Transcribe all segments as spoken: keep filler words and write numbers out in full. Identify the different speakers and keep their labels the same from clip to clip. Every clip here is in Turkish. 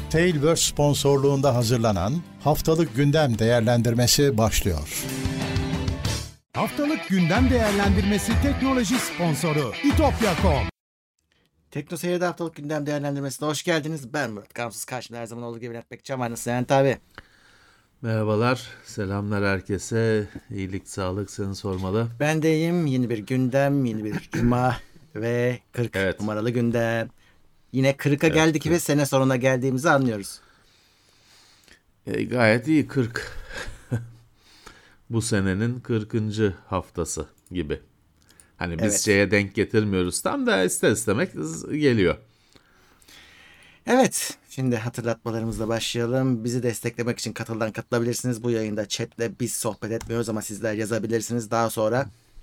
Speaker 1: Tailverse sponsorluğunda hazırlanan Haftalık Gündem Değerlendirmesi başlıyor.
Speaker 2: Haftalık Gündem Değerlendirmesi teknoloji sponsoru itopya nokta com.
Speaker 3: Tekno Seyir'de Haftalık Gündem Değerlendirmesi'ne hoş geldiniz. Ben Murat Gamsız, karşımda her zaman olduğu gibi Levent Bekçam. Nasılsın Levent abi?
Speaker 4: Merhabalar, selamlar herkese. İyilik, sağlık seni sormalı.
Speaker 3: Ben de iyiyim. Yeni bir gündem, yeni bir cuma ve kırk
Speaker 4: evet.
Speaker 3: numaralı gündem. Yine kırka
Speaker 4: evet,
Speaker 3: geldik
Speaker 4: kırk.
Speaker 3: Ve sene sonuna geldiğimizi anlıyoruz.
Speaker 4: E, gayet iyi kırk. Bu senenin kırkıncı haftası gibi. Hani biz
Speaker 3: evet.
Speaker 4: şeye denk getirmiyoruz tam da ister istemek geliyor.
Speaker 3: Evet, şimdi hatırlatmalarımızla başlayalım. Bizi desteklemek için Katıl'dan katılabilirsiniz. Bu yayında chatle biz sohbet etmiyoruz ama sizler yazabilirsiniz. Daha sonra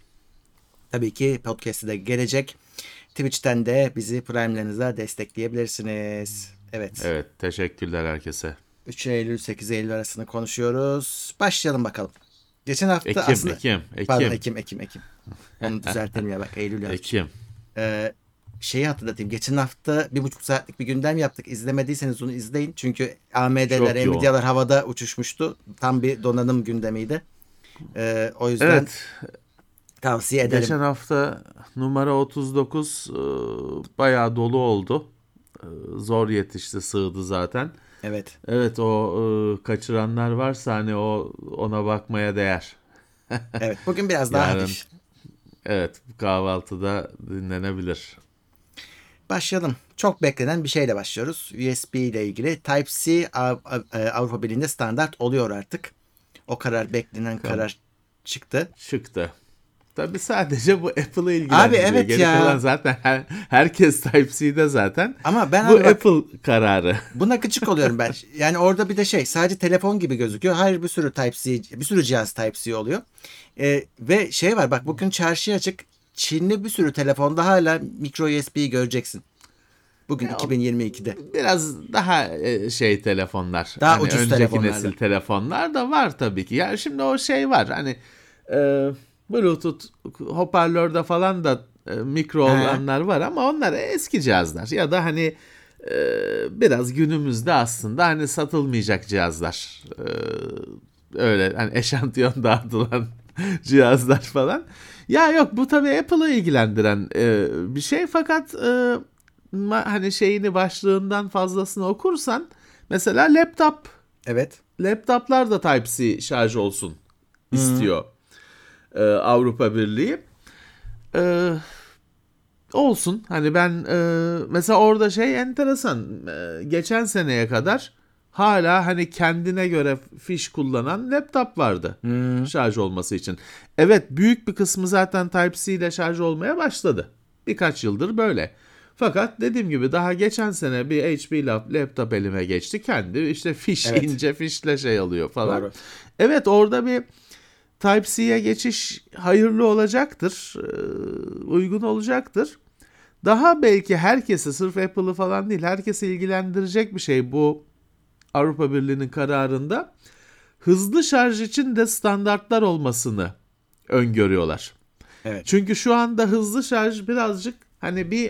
Speaker 3: tabii ki podcast'ı da gelecek. Twitch'ten de bizi Prime'lerinizle destekleyebilirsiniz. Evet.
Speaker 4: Evet, teşekkürler herkese.
Speaker 3: üç Eylül sekiz Eylül arasını konuşuyoruz. Başlayalım bakalım. Geçen hafta
Speaker 4: Ekim,
Speaker 3: aslında...
Speaker 4: Ekim, Ekim.
Speaker 3: Pardon, Ekim, Ekim, Ekim. Onu düzeltelim ya bak, Eylül yazmış.
Speaker 4: Ekim.
Speaker 3: Ee, şeyi hatırlatayım. Geçen hafta bir buçuk saatlik bir gündem yaptık. İzlemediyseniz onu izleyin. Çünkü A M D'ler, Nvidia'lar havada uçuşmuştu. Tam bir donanım gündemiydi. Ee, o yüzden
Speaker 4: evet.
Speaker 3: tavsiye ederim.
Speaker 4: Geçen hafta numara otuz dokuz e, bayağı dolu oldu. E, zor yetişti, sığdı zaten.
Speaker 3: Evet.
Speaker 4: Evet, o e, kaçıranlar varsa hani o ona bakmaya değer.
Speaker 3: Evet, bugün biraz daha
Speaker 4: Yarın,
Speaker 3: hafif.
Speaker 4: Evet, kahvaltıda dinlenebilir.
Speaker 3: Başlayalım. Çok beklenen bir şeyle başlıyoruz. U S B ile ilgili Type-C Avrupa Birliği'nde standart oluyor artık. O karar, beklenen tamam. karar çıktı.
Speaker 4: Çıktı. Tabii sadece bu Apple'ı ilgilendiriyor.
Speaker 3: Abi evet
Speaker 4: Geri
Speaker 3: ya.
Speaker 4: kalan zaten her, herkes Type-C'de zaten.
Speaker 3: Ama ben
Speaker 4: bu
Speaker 3: bak,
Speaker 4: Apple kararı.
Speaker 3: Buna gıcık oluyorum ben. Yani orada bir de şey, sadece telefon gibi gözüküyor. Hayır, bir sürü Type-C, bir sürü cihaz Type-C oluyor. Ee, ve şey var bak, bugün çarşıya çık. Çinli bir sürü telefonda hala micro U S B'yi göreceksin. Bugün ya, iki bin yirmi ikide.
Speaker 4: Biraz daha şey telefonlar.
Speaker 3: Daha
Speaker 4: hani
Speaker 3: ucuz
Speaker 4: önceki
Speaker 3: telefonlar.
Speaker 4: nesil telefonlar da var tabii ki. Yani şimdi o şey var. Hani e, Bluetooth hoparlörde falan da e, mikro olanlar var ama onlar eski cihazlar. Ya da hani e, biraz günümüzde aslında hani satılmayacak cihazlar. E, öyle hani eşantiyon dağıtılan cihazlar falan. Ya yok, bu tabii Apple'ı ilgilendiren e, bir şey fakat e, ma, hani şeyini başlığından fazlasını okursan mesela laptop.
Speaker 3: Evet.
Speaker 4: Laptoplar da Type-C şarj olsun istiyor e, Avrupa Birliği. E, olsun. Hani ben e, mesela orada şey enteresan. E, geçen seneye kadar hala hani kendine göre fiş kullanan laptop vardı hmm. şarj olması için. Evet, büyük bir kısmı zaten Type-C ile şarj olmaya başladı. Birkaç yıldır böyle. Fakat dediğim gibi daha geçen sene bir H P laptop elime geçti. Kendi işte fiş, evet. ince fişle şey alıyor falan. Doğru. Evet, orada bir Type-C'ye geçiş hayırlı olacaktır. Uygun olacaktır. Daha belki herkesi, sırf Apple'ı falan değil, herkesi ilgilendirecek bir şey bu Avrupa Birliği'nin kararında. Hızlı şarj için de standartlar olmasını öngörüyorlar.
Speaker 3: Evet.
Speaker 4: Çünkü şu anda hızlı şarj birazcık hani bir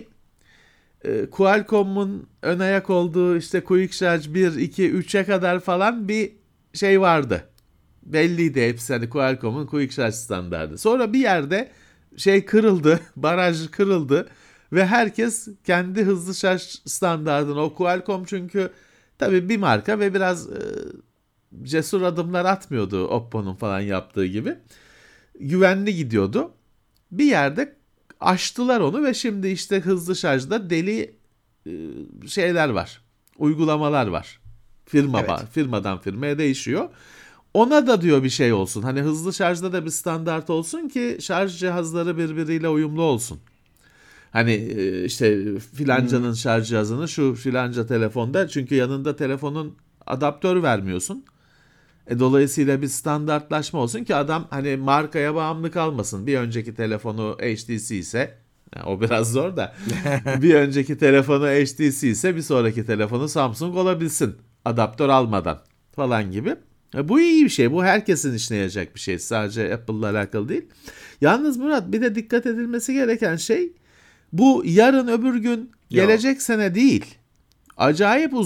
Speaker 4: e, Qualcomm'un ön ayak olduğu işte Quick Charge bir, iki, üçe kadar falan bir şey vardı. Belliydi hepsi, hani Qualcomm'un Quick Charge standardı. Sonra bir yerde şey kırıldı, baraj kırıldı ve herkes kendi hızlı şarj standardını, o Qualcomm çünkü tabii bir marka ve biraz e, cesur adımlar atmıyordu Oppo'nun falan yaptığı gibi. Güvenli gidiyordu. Bir yerde aştılar onu ve şimdi işte hızlı şarjda deli e, şeyler var. Uygulamalar var. Firma evet. var. Firmadan firmaya değişiyor. Ona da diyor bir şey olsun. Hani hızlı şarjda da bir standart olsun ki şarj cihazları birbiriyle uyumlu olsun. Hani işte filancanın hmm. şarj cihazını şu filanca telefonda, çünkü yanında telefonun adaptör vermiyorsun. E, dolayısıyla bir standartlaşma olsun ki adam hani markaya bağımlı kalmasın. Bir önceki telefonu H T C ise, yani o biraz zor da bir önceki telefonu H T C ise bir sonraki telefonu Samsung olabilsin adaptör almadan falan gibi. E, bu iyi bir şey. Bu herkesin işine yarayacak bir şey. Sadece Apple'la alakalı değil. Yalnız Murat, bir de dikkat edilmesi gereken şey, bu yarın öbür gün gelecek Yo. sene değil. Acayip uzun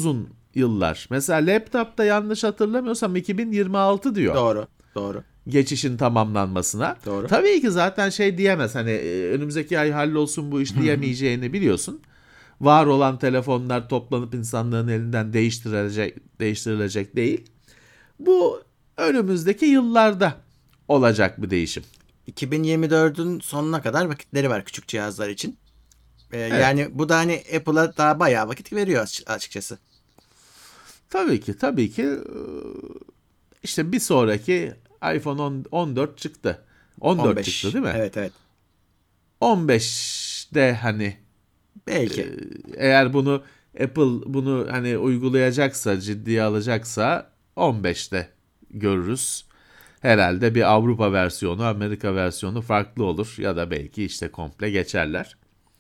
Speaker 4: yıllar. Mesela laptopta yanlış hatırlamıyorsam iki bin yirmi altı diyor.
Speaker 3: Doğru. Doğru.
Speaker 4: Geçişin tamamlanmasına.
Speaker 3: Doğru.
Speaker 4: Tabii ki zaten şey diyemez. Hani önümüzdeki ay hallolsun bu iş diyemeyeceğini biliyorsun. Var olan telefonlar toplanıp insanlığın elinden değiştirilecek değiştirilecek değil. Bu önümüzdeki yıllarda olacak bir değişim.
Speaker 3: iki bin yirmi dördün sonuna kadar vakitleri var küçük cihazlar için. Ee,
Speaker 4: Evet.
Speaker 3: Yani bu da hani Apple'a daha bayağı vakit veriyor açıkçası.
Speaker 4: Tabii ki, tabii ki. İşte bir sonraki iPhone on dört çıktı. on dört
Speaker 3: on beş
Speaker 4: çıktı değil mi?
Speaker 3: Evet evet.
Speaker 4: on beşte hani
Speaker 3: Belki.
Speaker 4: eğer bunu Apple bunu hani uygulayacaksa, ciddiye alacaksa on beşte görürüz. Herhalde bir Avrupa versiyonu, Amerika versiyonu farklı olur ya da belki işte komple geçerler.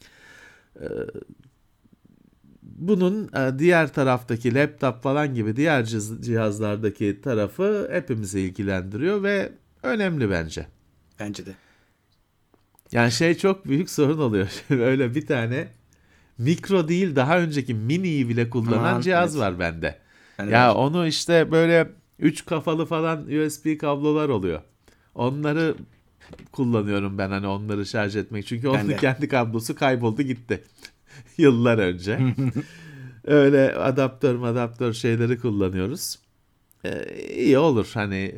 Speaker 4: Bunun diğer taraftaki laptop falan gibi diğer cihazlardaki tarafı hepimizi ilgilendiriyor ve önemli bence.
Speaker 3: Bence de.
Speaker 4: Yani şey çok büyük sorun oluyor. Öyle bir tane mikro değil daha önceki mini'yi bile kullanan
Speaker 3: Aman,
Speaker 4: cihaz
Speaker 3: evet.
Speaker 4: var bende.
Speaker 3: Yani
Speaker 4: Ya
Speaker 3: var.
Speaker 4: onu işte böyle üç kafalı falan U S B kablolar oluyor. Onları kullanıyorum ben hani onları şarj etmek. Çünkü onun
Speaker 3: de.
Speaker 4: kendi kablosu kayboldu gitti. Yıllar önce. Öyle adaptör adaptör şeyleri kullanıyoruz. Ee, iyi olur hani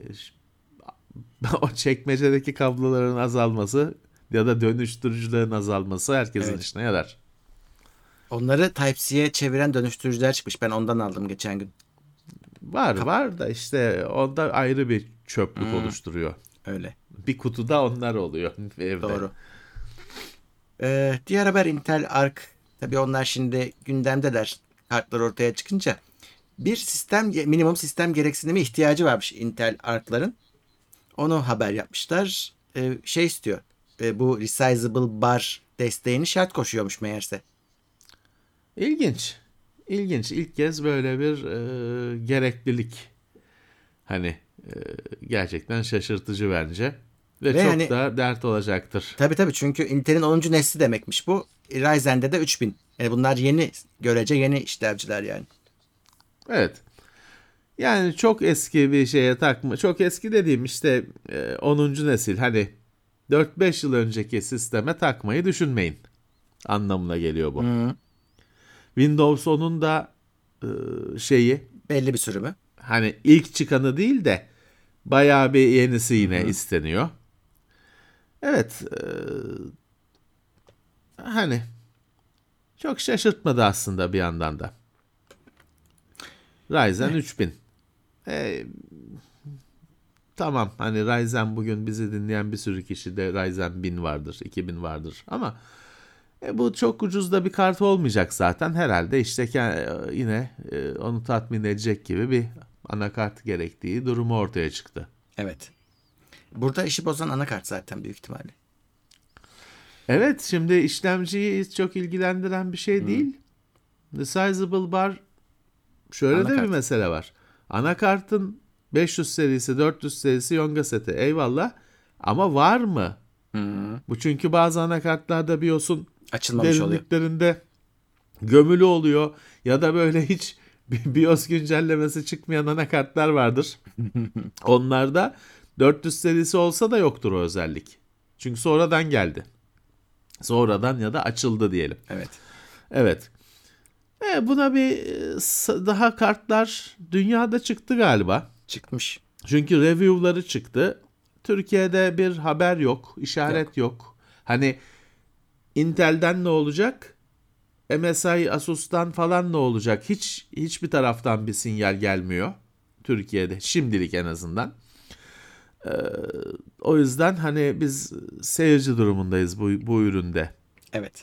Speaker 4: o çekmecedeki kabloların azalması ya da dönüştürücülerin azalması herkesin
Speaker 3: Evet.
Speaker 4: işine yarar.
Speaker 3: Onları Type-C'ye çeviren dönüştürücüler çıkmış. Ben ondan aldım geçen gün.
Speaker 4: Var var da işte onda ayrı bir çöplük
Speaker 3: Hmm.
Speaker 4: oluşturuyor.
Speaker 3: Öyle.
Speaker 4: Bir kutuda onlar oluyor evde.
Speaker 3: Doğru. Ee, diğer haber Intel Arc. Tabii onlar şimdi gündemdeler. Kartlar ortaya çıkınca. Bir sistem, minimum sistem gereksinimi ihtiyacı varmış Intel Arc'ların. Onu haber yapmışlar. Ee, şey istiyor. Ee, bu resizable bar desteğini şart koşuyormuş meğerse.
Speaker 4: İlginç. İlginç. İlk kez böyle bir e, gereklilik. Hani e, gerçekten şaşırtıcı bence. Ve,
Speaker 3: Ve
Speaker 4: çok
Speaker 3: hani-
Speaker 4: da dert olacaktır.
Speaker 3: Tabii tabii çünkü Intel'in onuncu nesli demekmiş bu. Ryzen'de de üç bin. Yani bunlar yeni, görece yeni işlemciler yani.
Speaker 4: Evet. Yani çok eski bir şeye takma. Çok eski dediğim işte e, onuncu nesil. Hani dört beş yıl önceki sisteme takmayı düşünmeyin. Anlamına geliyor bu.
Speaker 3: Hı.
Speaker 4: Windows onun da e, şeyi
Speaker 3: Belli bir sürümü.
Speaker 4: hani ilk çıkanı değil de bayağı bir yenisi yine isteniyor. Evet. e, hani çok şaşırtmadı aslında bir yandan da. Ryzen üç bin. E, tamam hani Ryzen bugün bizi dinleyen bir sürü kişi de Ryzen bin vardır, iki bin vardır ama e, bu çok ucuz da bir kart olmayacak zaten. Herhalde işte ke- yine e, onu tatmin edecek gibi bir anakart gerektiği durumu ortaya çıktı.
Speaker 3: Evet. Burada işi bozan anakart zaten büyük ihtimalle.
Speaker 4: Evet, şimdi işlemciyi çok ilgilendiren bir şey değil. Resizable bar şöyle de
Speaker 3: Anakart.
Speaker 4: bir mesele var. Anakartın beş yüz serisi, dört yüz serisi Yonga seti eyvallah ama var mı?
Speaker 3: Hı.
Speaker 4: Bu çünkü bazı anakartlarda BIOS'un
Speaker 3: Açılmamış oluyor.
Speaker 4: derinliklerinde gömülü oluyor ya da böyle hiç BIOS güncellemesi çıkmayan anakartlar vardır. Onlarda dört yüz serisi olsa da yoktur o özellik. Çünkü sonradan geldi. Sonradan ya da açıldı diyelim.
Speaker 3: Evet.
Speaker 4: Evet. E, buna bir e, s- daha kartlar dünyada çıktı galiba.
Speaker 3: Çıkmış.
Speaker 4: Çünkü review'ları çıktı. Türkiye'de bir haber yok, işaret yok. Hani Intel'den ne olacak? M S I, Asus'tan falan ne olacak? Hiç hiçbir taraftan bir sinyal gelmiyor Türkiye'de şimdilik en azından. Ee, o yüzden hani biz seyirci durumundayız bu bu üründe.
Speaker 3: Evet.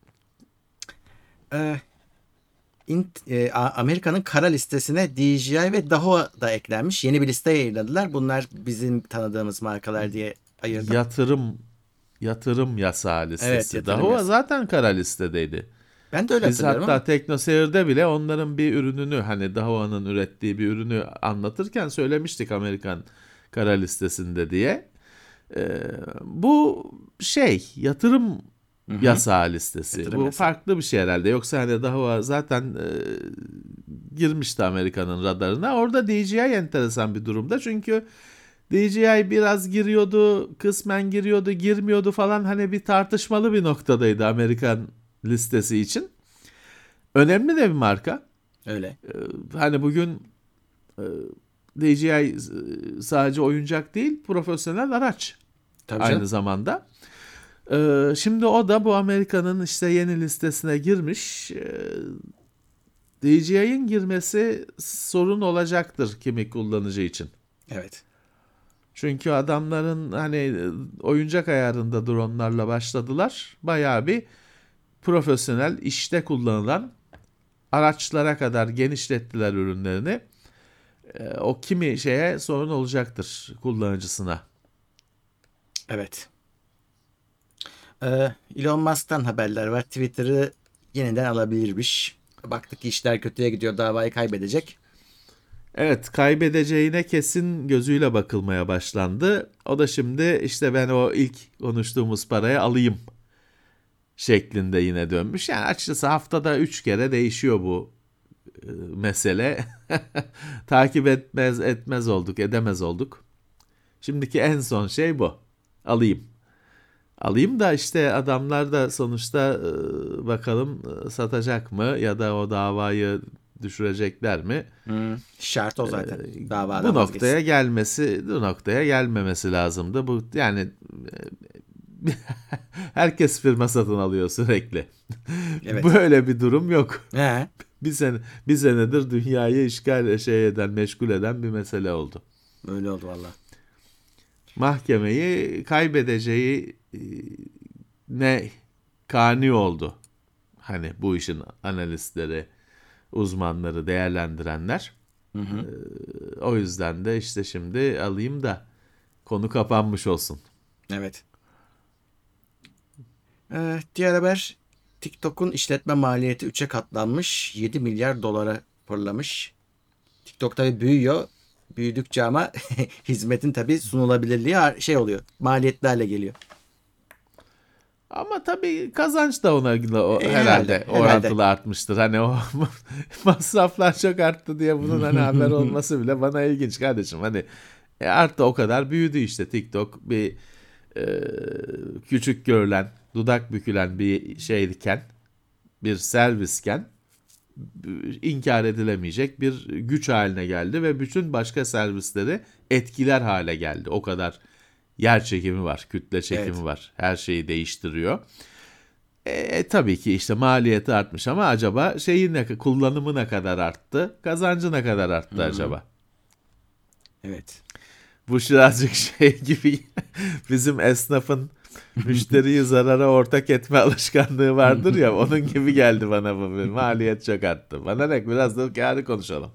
Speaker 3: Ee, int- e, A- Amerika'nın kara listesine D J I ve Dahua da eklenmiş. Yeni bir liste yayınladılar. Bunlar bizim tanıdığımız markalar diye ayırdım.
Speaker 4: Yatırım yatırım yasağı listesi.
Speaker 3: Evet, yatırım
Speaker 4: Dahua
Speaker 3: yasağı.
Speaker 4: zaten kara listedeydi.
Speaker 3: Ben de öyle
Speaker 4: Biz
Speaker 3: hatırlıyorum
Speaker 4: hatta
Speaker 3: ama.
Speaker 4: TeknoSeyir'de bile onların bir ürününü hani Dahua'nın ürettiği bir ürünü anlatırken söylemiştik Amerikan kara listesinde diye. Ee, bu şey yatırım Hı-hı. Yasağı listesi.
Speaker 3: Yatırım
Speaker 4: Bu
Speaker 3: yasağı.
Speaker 4: farklı bir şey herhalde. Yoksa hani daha zaten e, girmişti Amerika'nın radarına. Orada D J I enteresan bir durumda. Çünkü D J I biraz giriyordu, kısmen giriyordu, girmiyordu falan. Hani bir tartışmalı bir noktadaydı Amerikan listesi için. Önemli de bir marka.
Speaker 3: Öyle.
Speaker 4: Ee, hani bugün e, D J I sadece oyuncak değil, profesyonel araç.
Speaker 3: Tabii
Speaker 4: aynı
Speaker 3: canım.
Speaker 4: zamanda. Ee, şimdi o da bu Amerika'nın işte yeni listesine girmiş. Ee, D J I'nin girmesi sorun olacaktır kimi kullanıcı için.
Speaker 3: Evet.
Speaker 4: Çünkü adamların hani oyuncak ayarında dronlarla başladılar. Bayağı bir profesyonel işte kullanılan araçlara kadar genişlettiler ürünlerini. Ee, o kimi şeye sorun olacaktır kullanıcısına.
Speaker 3: Evet. Ee, Elon Musk'tan haberler var. Twitter'ı yeniden alabilirmiş. Baktık ki işler kötüye gidiyor. Davayı kaybedecek.
Speaker 4: Evet, kaybedeceğine kesin gözüyle bakılmaya başlandı. O da şimdi işte ben o ilk konuştuğumuz parayı alayım şeklinde yine dönmüş. Yani açıkçası haftada üç kere değişiyor bu e, mesele. Takip etmez etmez olduk, edemez olduk. Şimdiki en son şey bu. Alayım. Alayım da işte adamlar da sonuçta e, bakalım e, satacak mı ya da o davayı düşürecekler mi?
Speaker 3: Hmm, şart o zaten.
Speaker 4: Ee,
Speaker 3: Davadan
Speaker 4: bu noktaya
Speaker 3: vazgeçsin.
Speaker 4: gelmesi, bu noktaya gelmemesi lazımdı. Bu yani e, herkes firma satın alıyor sürekli.
Speaker 3: Evet.
Speaker 4: Böyle bir durum yok.
Speaker 3: He.
Speaker 4: Bir sene bir senedir dünyayı işgal şey eden, meşgul eden bir mesele oldu.
Speaker 3: Öyle oldu valla.
Speaker 4: Mahkemeyi kaybedeceği e, ne kani oldu. Hani bu işin analistleri, uzmanları, değerlendirenler.
Speaker 3: Hı hı.
Speaker 4: Ee, o yüzden de işte şimdi alayım da konu kapanmış olsun.
Speaker 3: Evet. Ee, diğer haber, TikTok'un işletme maliyeti üçe katlanmış. yedi milyar dolara fırlamış. TikTok tabii büyüyor. Büyüdükçe ama hizmetin tabii sunulabilirliği ar- şey oluyor. Maliyetlerle geliyor.
Speaker 4: Ama tabii kazanç da ona o,
Speaker 3: E,
Speaker 4: herhalde,
Speaker 3: herhalde,
Speaker 4: orantılı
Speaker 3: herhalde.
Speaker 4: artmıştır. Hani o masraflar çok arttı diye bunun hani haber olması bile bana ilginç kardeşim. Hani e, arttı o kadar büyüdü işte TikTok bir e, küçük görülen, dudak bükülen bir şeyken, bir servisken inkar edilemeyecek bir güç haline geldi ve bütün başka servisleri etkiler hale geldi. O kadar yer çekimi var, kütle çekimi
Speaker 3: Evet.
Speaker 4: var. Her şeyi değiştiriyor. E, tabii ki işte maliyeti artmış ama acaba şeyi ne, kullanımı ne kadar arttı? Kazancı ne kadar arttı
Speaker 3: Hı-hı.
Speaker 4: acaba?
Speaker 3: Evet.
Speaker 4: Bu birazcık şey gibi bizim esnafın müşteriyi zarara ortak etme alışkanlığı vardır ya, onun gibi geldi bana bu. Maliyet çok arttı. Bana ne, biraz da kârı konuşalım.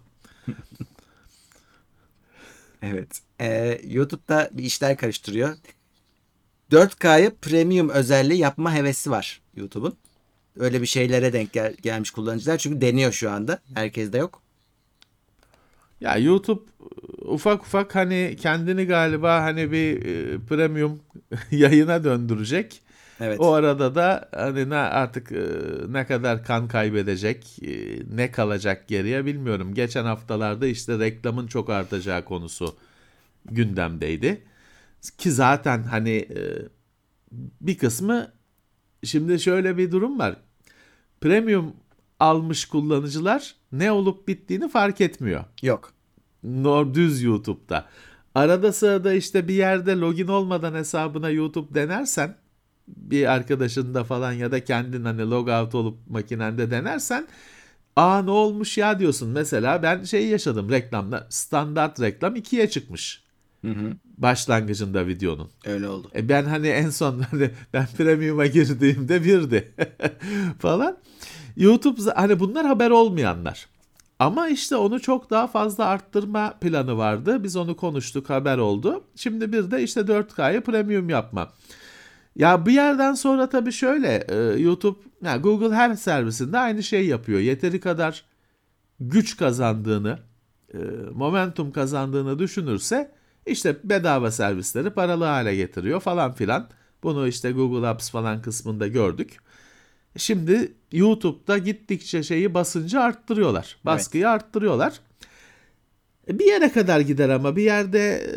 Speaker 3: Evet. Ee, YouTube'da bir işler karıştırıyor. dört K'yı premium özelliği yapma hevesi var YouTube'un. Öyle bir şeylere denk gel- gelmiş kullanıcılar. Çünkü deniyor şu anda. Herkeste yok.
Speaker 4: Ya YouTube ufak ufak hani kendini galiba hani bir e, premium yayına döndürecek.
Speaker 3: Evet.
Speaker 4: O arada da hani ne artık e, ne kadar kan kaybedecek, e, ne kalacak geriye bilmiyorum. Geçen haftalarda işte reklamın çok artacağı konusu gündemdeydi. Ki zaten hani e, bir kısmı, şimdi şöyle bir durum var. Premium almış kullanıcılar ne olup bittiğini fark etmiyor.
Speaker 3: Yok.
Speaker 4: Nor düz YouTube'da. Arada sırada işte bir yerde login olmadan hesabına YouTube denersen, bir arkadaşında falan ya da kendin hani logout olup makinende denersen, aa ne olmuş ya diyorsun. Mesela ben şey yaşadım reklamda. Standart reklam ikiye çıkmış.
Speaker 3: Hı hı.
Speaker 4: Başlangıcında videonun.
Speaker 3: Öyle oldu.
Speaker 4: E ben hani en son hani ben premium'a girdiğimde birdi falan. YouTube hani bunlar haber olmayanlar. Ama işte onu çok daha fazla arttırma planı vardı. Biz onu konuştuk, haber oldu. Şimdi bir de işte dört K'yı premium yapma. Ya bir yerden sonra tabii şöyle YouTube, yani Google her servisinde aynı şey yapıyor. Yeteri kadar güç kazandığını, momentum kazandığını düşünürse işte bedava servisleri paralı hale getiriyor falan filan. Bunu işte Google Apps falan kısmında gördük. Şimdi YouTube'da gittikçe şeyi basıncı arttırıyorlar. Baskıyı evet. arttırıyorlar. Bir yere kadar gider ama bir yerde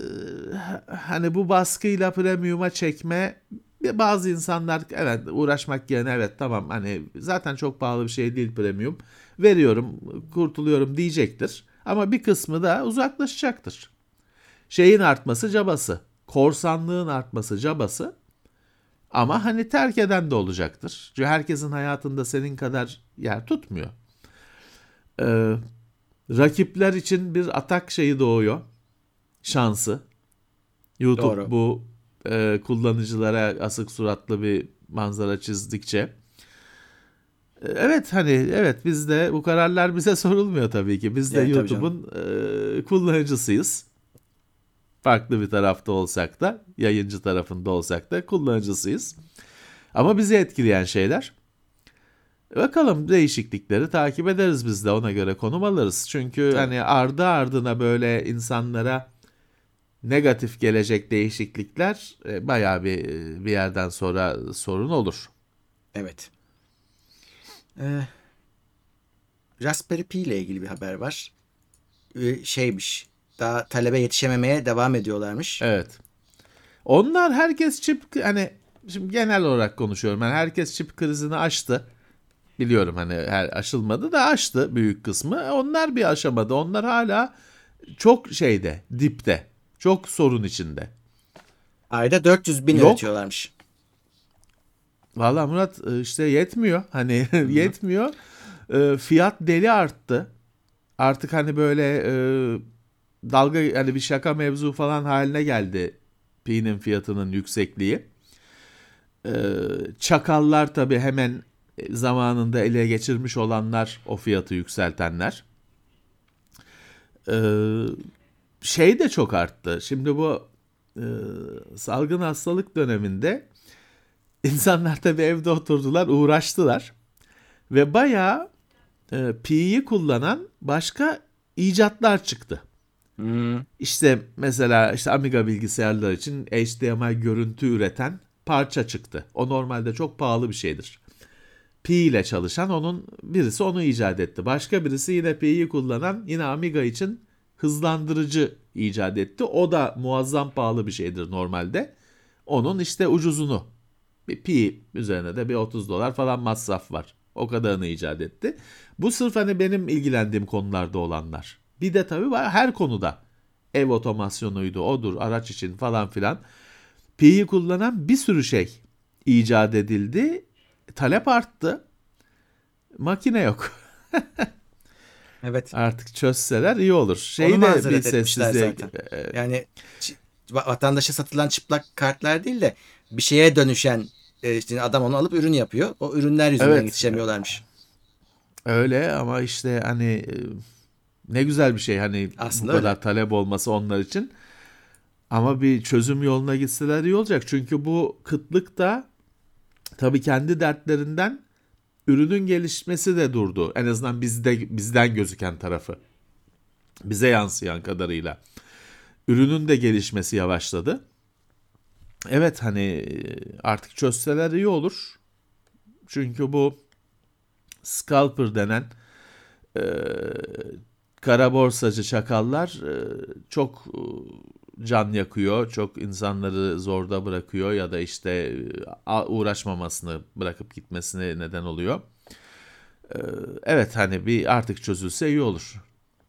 Speaker 4: hani bu baskıyla premium'a çekme, bazı insanlar evet uğraşmak yerine evet tamam hani zaten çok pahalı bir şey değil premium, veriyorum kurtuluyorum diyecektir. Ama bir kısmı da uzaklaşacaktır. Şeyin artması cabası, korsanlığın artması cabası. Ama hani terk eden de olacaktır. Çünkü herkesin hayatında senin kadar yer tutmuyor. Ee, rakipler için bir atak şeyi doğuyor. Şansı. YouTube Doğru. bu e, kullanıcılara asık suratlı bir manzara çizdikçe. E, evet hani evet biz de bu kararlar bize sorulmuyor tabii ki. Biz de evet, YouTube'un e, kullanıcısıyız. Farklı bir tarafta olsak da, yayıncı tarafında olsak da kullanıcısıyız. Ama bizi etkileyen şeyler. Bakalım değişiklikleri takip ederiz biz de, ona göre konum alırız. Çünkü evet. hani ardı ardına böyle insanlara negatif gelecek değişiklikler e, bayağı bir bir yerden sonra sorun olur.
Speaker 3: Evet. Ee, Raspberry Pi ile ilgili bir haber var. Ee, şeymiş. Daha talebe yetişememeye devam ediyorlarmış.
Speaker 4: Evet. Onlar herkes çip hani şimdi genel olarak konuşuyorum. Yani herkes çip krizini aştı. Biliyorum hani her aşılmadı da aştı büyük kısmı. Onlar bir aşamadı. Onlar hala çok şeyde, dipte. Çok sorun içinde.
Speaker 3: Ayda dört yüz bin Yok. üretiyorlarmış.
Speaker 4: Vallahi Murat işte yetmiyor. Hani yetmiyor. E, fiyat deli arttı. Artık hani böyle e, dalga hani bir şaka mevzu falan haline geldi Pi'nin fiyatının yüksekliği. E, çakallar tabii hemen zamanında ele geçirmiş olanlar, o fiyatı yükseltenler. Ee, şey de çok arttı. Şimdi bu e, salgın hastalık döneminde insanlar tabii evde oturdular, uğraştılar. Ve bayağı e, Pi'yi kullanan başka icatlar çıktı. Hmm. İşte mesela işte Amiga bilgisayarlar için H D M I görüntü üreten parça çıktı. O normalde çok pahalı bir şeydir. Pi ile çalışan onun birisi onu icat etti. Başka birisi yine Pi'yi kullanan yine Amiga için hızlandırıcı icat etti. O da muazzam pahalı bir şeydir normalde. Onun işte ucuzunu. Bir Pi üzerine de bir otuz dolar falan masraf var. O kadarını icat etti. Bu sırf hani benim ilgilendiğim konularda olanlar. Bir de tabii var her konuda. Ev otomasyonuydu, odur, araç için falan filan. Pi'yi kullanan bir sürü şey icat edildi. Talep arttı. Makine yok.
Speaker 3: Evet.
Speaker 4: Artık çözseler iyi olur. Şey de bir sessizliğe.
Speaker 3: Yani vatandaşa satılan çıplak kartlar değil de bir şeye dönüşen işte adam onu alıp ürün yapıyor. O ürünler yüzünden evet. yetişemiyorlarmış.
Speaker 4: Öyle ama işte hani ne güzel bir şey hani aslında bu kadar öyle. Talep olması onlar için. Ama bir çözüm yoluna gitseler iyi olacak. Çünkü bu kıtlık da tabii kendi dertlerinden ürünün gelişmesi de durdu. En azından bizde bizden gözüken tarafı. Bize yansıyan kadarıyla. Ürünün de gelişmesi yavaşladı. Evet hani artık çözseler iyi olur. Çünkü bu scalper denen e, kara borsacı çakallar e, çok can yakıyor, çok insanları zorda bırakıyor ya da işte uğraşmamasını bırakıp gitmesine neden oluyor. Evet hani bir artık çözülse iyi olur.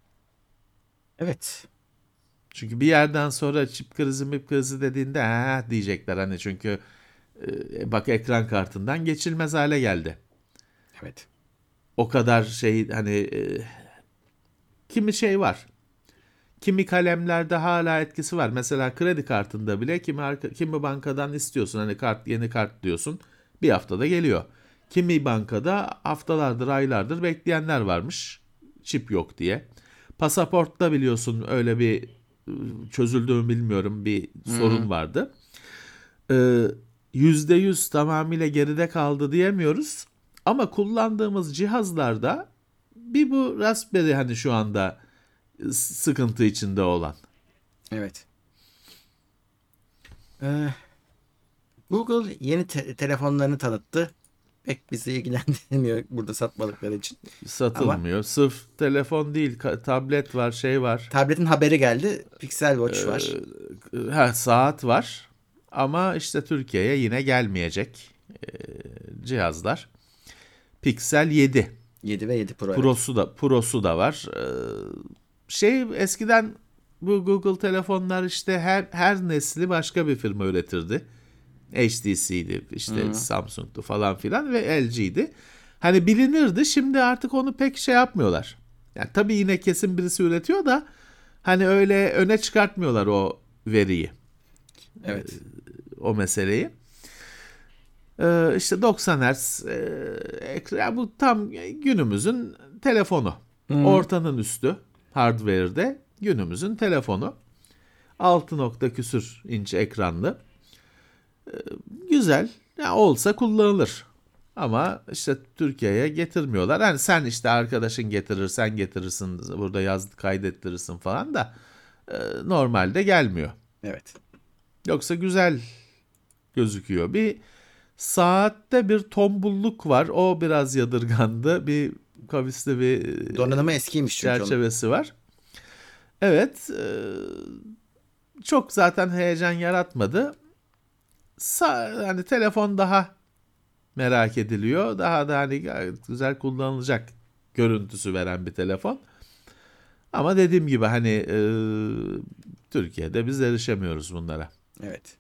Speaker 3: Evet.
Speaker 4: Çünkü bir yerden sonra çip krizi mip krizi dediğinde ha diyecekler hani çünkü bak ekran kartından geçilmez hale geldi.
Speaker 3: Evet.
Speaker 4: O kadar şey hani kimi şey var. Kimi kalemlerde hala etkisi var. Mesela kredi kartında bile kimi kimi bankadan istiyorsun hani kart yeni kart diyorsun. Bir haftada geliyor. Kimi bankada haftalardır, aylardır bekleyenler varmış. Çip yok diye. Pasaportta biliyorsun öyle bir çözüldü mü bilmiyorum bir hmm. sorun vardı. Ee, yüzde yüz tamamıyla geride kaldı diyemiyoruz. Ama kullandığımız cihazlarda bir bu Raspberry hani şu anda sıkıntı içinde olan.
Speaker 3: Evet. Ee, Google yeni te- telefonlarını tanıttı. Pek bizi ilgilendirmiyor burada satmadıkları için.
Speaker 4: Satılmıyor.
Speaker 3: Ama
Speaker 4: Sırf telefon değil, ka- tablet var, şey var.
Speaker 3: tabletin haberi geldi. Pixel Watch var.
Speaker 4: Ee, ha, saat var. Ama işte Türkiye'ye yine gelmeyecek ee, cihazlar. Pixel yedi.
Speaker 3: yedi ve yedi Pro. Evet.
Speaker 4: Pro'su da Pro'su da var. Ee, şey eskiden bu Google telefonlar işte her her nesli başka bir firma üretirdi. H T C'ydi, işte
Speaker 3: Hı.
Speaker 4: Samsung'du falan filan ve L G'ydi. Hani bilinirdi. Şimdi artık onu pek şey yapmıyorlar. Yani tabii yine kesin birisi üretiyor da hani öyle öne çıkartmıyorlar o veriyi.
Speaker 3: Evet.
Speaker 4: O meseleyi. Ee, işte doksan hertz e, ekran, bu tam günümüzün telefonu.
Speaker 3: Hı.
Speaker 4: Ortanın üstü hardware'de günümüzün telefonu. altı nokta küsür inç ekranlı. Ee, güzel. Ya olsa kullanılır. Ama işte Türkiye'ye getirmiyorlar. Yani sen işte arkadaşın getirir, sen getirirsin, burada yaz kaydettirirsin falan da e, normalde gelmiyor.
Speaker 3: Evet.
Speaker 4: Yoksa güzel gözüküyor. Bir saatte bir tombulluk var. O biraz yadırgandı. Bir kavisli bir
Speaker 3: Donanımı eskiymiş çünkü onun.
Speaker 4: çerçevesi var. Evet. e, Çok zaten heyecan yaratmadı. Sa- hani telefon daha merak ediliyor. Daha da hani gayet güzel kullanılacak görüntüsü veren bir telefon. Ama dediğim gibi hani e, Türkiye'de biz erişemiyoruz bunlara.
Speaker 3: Evet.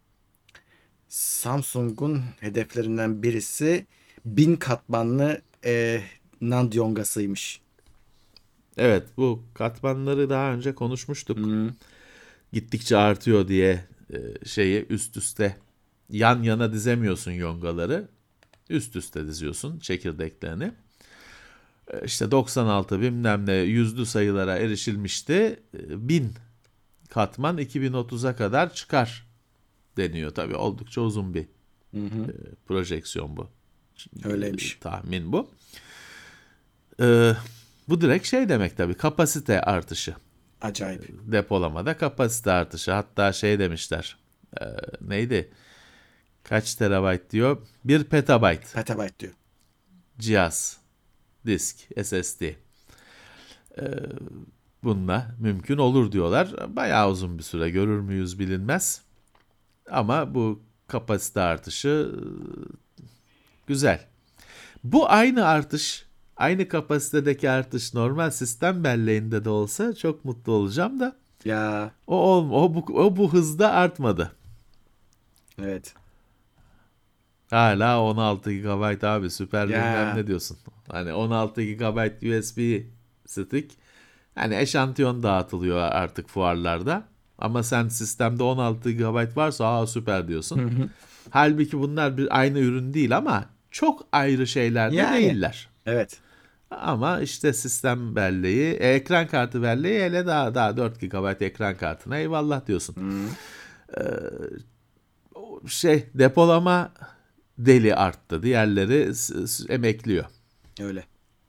Speaker 3: Samsung'un hedeflerinden birisi bin katmanlı e, NAND yongasıymış.
Speaker 4: Evet, bu katmanları daha önce konuşmuştuk.
Speaker 3: Hmm.
Speaker 4: Gittikçe artıyor diye e, şeyi üst üste yan yana dizemiyorsun yongaları. Üst üste diziyorsun çekirdeklerini. E, işte doksan altı bilmem ne yüzlü sayılara erişilmişti. E, bin katman iki bin otuza kadar çıkar deniyor. Tabii oldukça uzun bir
Speaker 3: Hı hı.
Speaker 4: e, projeksiyon bu.
Speaker 3: Öyleymiş.
Speaker 4: E, tahmin bu. E, bu direkt şey demek tabii, kapasite artışı.
Speaker 3: Acayip.
Speaker 4: Depolamada kapasite artışı. Hatta şey demişler. E, neydi? Kaç terabayt diyor? Bir petabayt
Speaker 3: Petabyte diyor.
Speaker 4: cihaz. Disk, S S D. E, bununla mümkün olur diyorlar. Bayağı uzun bir süre görür müyüz bilinmez. Ama bu kapasite artışı e, güzel. Bu aynı artış, aynı kapasitedeki artış normal sistem belleğinde de olsa çok mutlu olacağım da
Speaker 3: Ya
Speaker 4: o ol- o bu o bu hızda artmadı.
Speaker 3: evet.
Speaker 4: Hala on altı gigabayt abi, süper
Speaker 3: Ya.
Speaker 4: bilmem ne diyorsun. Hani on altı gigabayt U S B stick, hani eşantiyon dağıtılıyor artık fuarlarda. Ama sen sistemde on altı gigabayt varsa aa süper diyorsun. Halbuki bunlar bir aynı ürün değil ama çok ayrı şeyler de
Speaker 3: Yani.
Speaker 4: değiller.
Speaker 3: Evet.
Speaker 4: Ama işte sistem belleği, e, ekran kartı belleği hele daha daha dört gigabayt ekran kartına eyvallah diyorsun. Ee, şey depolama deli arttı. Diğerleri s- s- emekliyor.
Speaker 3: Öyle.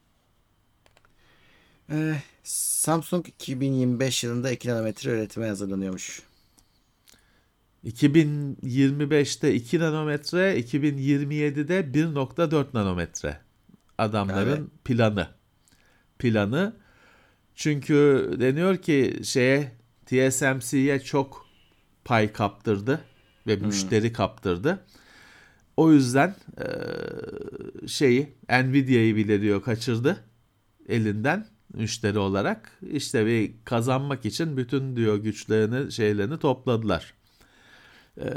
Speaker 3: Ee, Samsung iki bin yirmi beş yılında iki nanometre üretime hazırlanıyormuş.
Speaker 4: iki bin yirmi beşte iki nanometre, iki bin yirmi yedide bir nokta dört nanometre. Adamların
Speaker 3: Evet.
Speaker 4: planı. Planı. Çünkü deniyor ki şeye T S M C'ye çok pay kaptırdı ve müşteri kaptırdı. O yüzden eee, şeyi Nvidia'yı bile diyor kaçırdı elinden müşteri olarak. İşte bir kazanmak için bütün diyor güçlerini, şeylerini topladılar. Eee,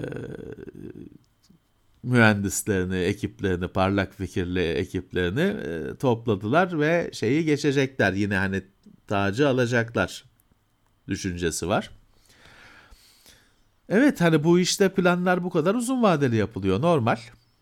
Speaker 4: mühendislerini, ekiplerini, parlak fikirli ekiplerini e, topladılar ve şeyi geçecekler. Yine hani tacı alacaklar düşüncesi var. Evet, hani bu işte planlar bu kadar uzun vadeli yapılıyor. Normal.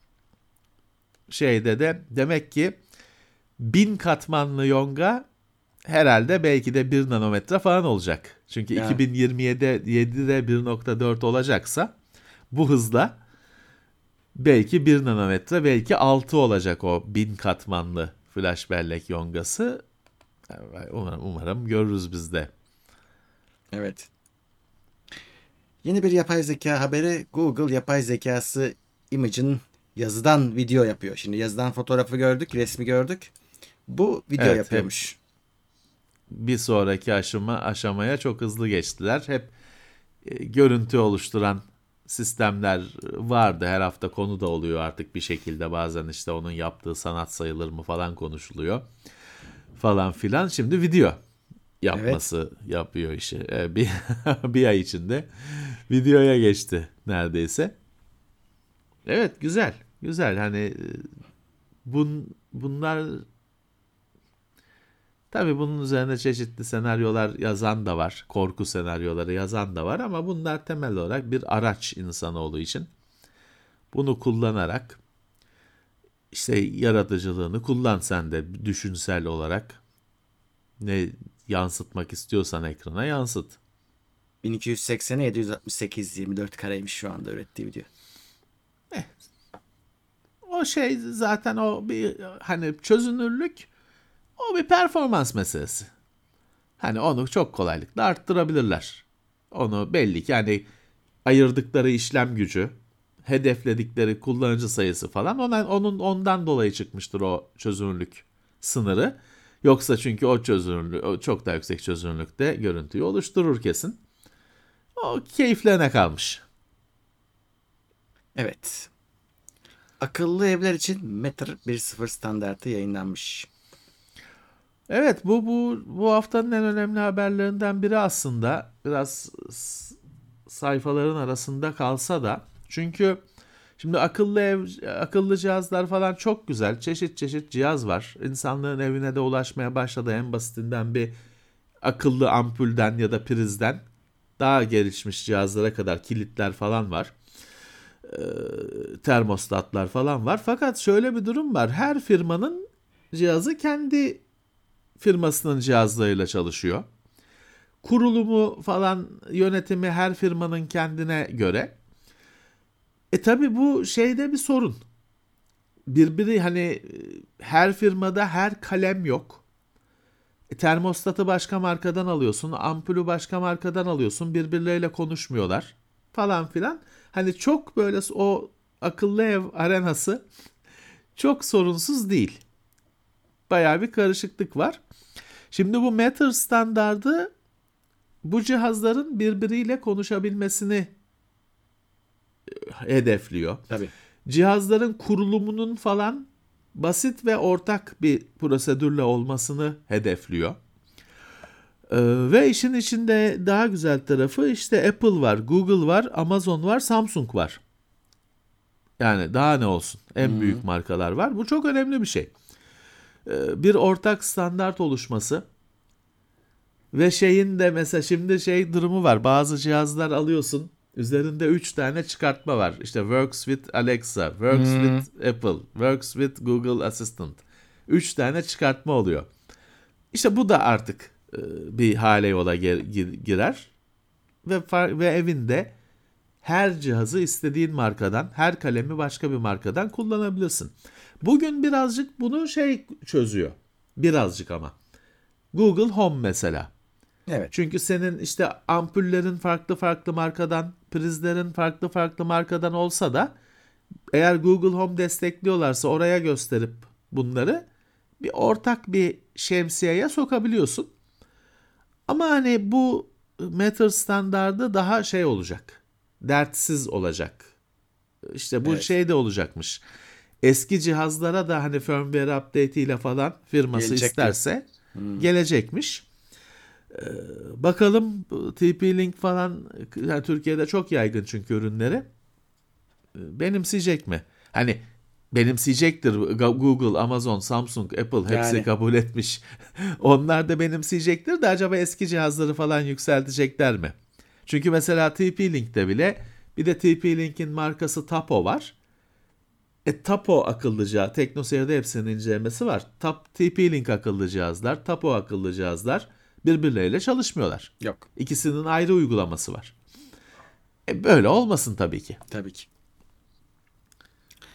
Speaker 4: Şeyde de demek ki bin katmanlı yonga herhalde belki de bir nanometre falan olacak. Çünkü
Speaker 3: Ya.
Speaker 4: iki bin yirmi yedide bir nokta dört olacaksa bu hızla belki bir nanometre, belki altı olacak o bin katmanlı flash bellek yongası. Umarım, umarım görürüz biz de.
Speaker 3: Evet. Yeni bir yapay zeka haberi. Google yapay zekası Image'in yazıdan video yapıyor. Şimdi yazıdan fotoğrafı gördük, resmi gördük. Bu video
Speaker 4: Evet,
Speaker 3: yapıyormuş.
Speaker 4: Bir sonraki aşama aşamaya çok hızlı geçtiler. Hep e, görüntü oluşturan sistemler vardı. Her hafta konu da oluyor artık bir şekilde. Bazen işte onun yaptığı sanat sayılır mı falan konuşuluyor. Falan filan. Şimdi video yapması yapıyor işi. E, bir, bir ay içinde videoya geçti neredeyse. Evet, güzel. Güzel. Hani e, bun, bunlar tabii bunun üzerine çeşitli senaryolar yazan da var. Korku senaryoları yazan da var ama bunlar temel olarak bir araç insanoğlu için. Bunu kullanarak işte yaratıcılığını kullan sen de düşünsel olarak. Ne yansıtmak istiyorsan ekrana yansıt.
Speaker 3: bin iki yüz seksene yedi yüz altmış sekiz yirmi dört kareymiş şu anda ürettiği video.
Speaker 4: O şey zaten o bir hani çözünürlük, o bir performans meselesi. Hani onu çok kolaylıkla arttırabilirler. Onu belli ki hani ayırdıkları işlem gücü, hedefledikleri kullanıcı sayısı falan ona, onun ondan dolayı çıkmıştır o çözünürlük sınırı. Yoksa çünkü o çözünürlük, o çok daha yüksek çözünürlükte görüntüyü oluşturur kesin. O keyiflerine kalmış.
Speaker 3: Evet. Akıllı evler için Matter bir nokta sıfır standartı yayınlanmış.
Speaker 4: Evet, bu bu bu haftanın en önemli haberlerinden biri aslında. Biraz s- sayfaların arasında kalsa da. Çünkü şimdi akıllı ev, akıllı cihazlar falan çok güzel. Çeşit çeşit cihaz var. İnsanların evine de ulaşmaya başladı. En basitinden bir akıllı ampulden ya da prizden daha gelişmiş cihazlara kadar kilitler falan var. Ee, termostatlar falan var. Fakat şöyle bir durum var. Her firmanın cihazı kendi firmasının cihazlarıyla çalışıyor. Kurulumu falan, yönetimi her firmanın kendine göre. E tabi bu şeyde bir sorun. Birbiri hani her firmada her kalem yok. E, termostatı başka markadan alıyorsun, ampulü başka markadan alıyorsun, birbirleriyle konuşmuyorlar falan filan. Hani çok böyle o akıllı ev arenası çok sorunsuz değil. Bayağı bir karışıklık var. Şimdi bu Matter standardı bu cihazların birbiriyle konuşabilmesini hedefliyor.
Speaker 3: Tabii.
Speaker 4: Cihazların kurulumunun falan basit ve ortak bir prosedürle olmasını hedefliyor. Ee, ve işin içinde daha güzel tarafı işte Apple var, Google var, Amazon var, Samsung var. Yani daha ne olsun? En hmm. büyük markalar var. Bu çok önemli bir şey. Ee, bir ortak standart oluşması. Ve şeyin de mesela şimdi şey durumu var. Bazı cihazlar alıyorsun. Üzerinde üç tane çıkartma var. İşte works with Alexa, works hmm. with Apple, works with Google Assistant. üç tane çıkartma oluyor. İşte bu da artık e, bir hale yola gir, gir, girer. Ve, ve evinde her cihazı istediğin markadan, her kalemi başka bir markadan kullanabilirsin. Bugün birazcık bunu şey çözüyor. Birazcık ama. Google Home mesela.
Speaker 3: Evet.
Speaker 4: Çünkü senin işte ampullerin farklı farklı markadan, prizlerin farklı farklı markadan olsa da eğer Google Home destekliyorlarsa oraya gösterip bunları bir ortak bir şemsiyeye sokabiliyorsun. Ama hani bu Matter standardı daha şey olacak. Dertsiz olacak. İşte bu evet. şey de olacakmış. Eski cihazlara da hani firmware update ile falan firması Gelecek isterse hmm. gelecekmiş. Ee, bakalım T P-Link falan yani Türkiye'de çok yaygın çünkü ürünleri. Benimseyecek mi? Hani benimseyecektir. Google, Amazon, Samsung, Apple hepsi yani. kabul etmiş. Onlar da benimseyecektir de acaba eski cihazları falan yükseltecekler mi? Çünkü mesela T P-Link'te bile bir de T P-Link'in markası Tapo var. E, Tapo akıllı cihaz. TeknoSeyir'de hepsinin incelemesi var. Tap, T P-Link akıllı cihazlar, Tapo akıllı cihazlar birbirleriyle çalışmıyorlar.
Speaker 3: Yok.
Speaker 4: İkisinin ayrı uygulaması var. E, böyle olmasın tabii ki.
Speaker 3: Tabii ki.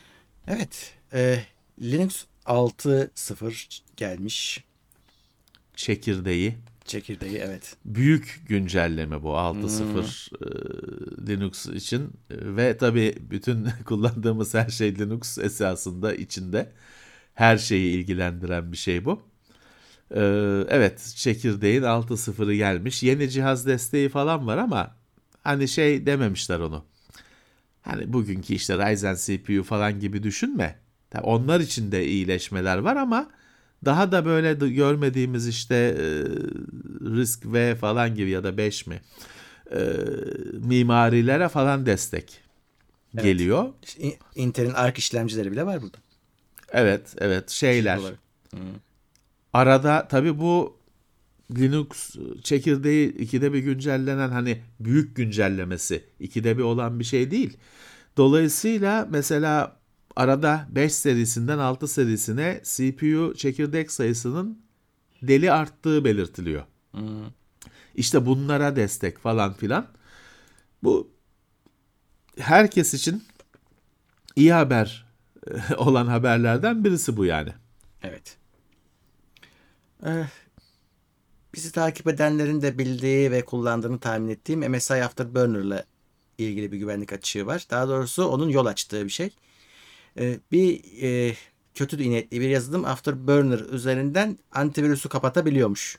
Speaker 3: Evet. E, Linux altı nokta sıfır gelmiş.
Speaker 4: çekirdeği.
Speaker 3: Çekirdeği evet.
Speaker 4: Büyük güncelleme bu altı nokta sıfır hmm. e, Linux için e, ve tabii bütün kullandığımız her şey Linux esasında içinde. Her şeyi ilgilendiren bir şey bu. E, evet, çekirdeğin altı nokta sıfırı gelmiş. Yeni cihaz desteği falan var ama hani şey dememişler onu. Hani bugünkü işte Ryzen C P U falan gibi düşünme. Onlar için de iyileşmeler var ama daha da böyle görmediğimiz işte e, risk V falan gibi ya da beş mi e, mimarilere falan destek evet. geliyor.
Speaker 3: Intel'in Arc işlemcileri bile var burada.
Speaker 4: Evet, evet şeyler. Hmm. Arada tabii bu Linux çekirdeği ikide bir güncellenen hani büyük güncellemesi ikide bir olan bir şey değil. Dolayısıyla mesela arada beş serisinden altı serisine C P U çekirdek sayısının deli arttığı belirtiliyor. Hmm. İşte bunlara destek falan filan. Bu herkes için iyi haber olan haberlerden birisi bu yani.
Speaker 3: Evet. Ee, bizi takip edenlerin de bildiği ve kullandığını tahmin ettiğim M S I Afterburner ile ilgili bir güvenlik açığı var. Daha doğrusu onun yol açtığı bir şey. Ee, bir e, kötü niyetli bir yazılım Afterburner üzerinden antivirüsü kapatabiliyormuş.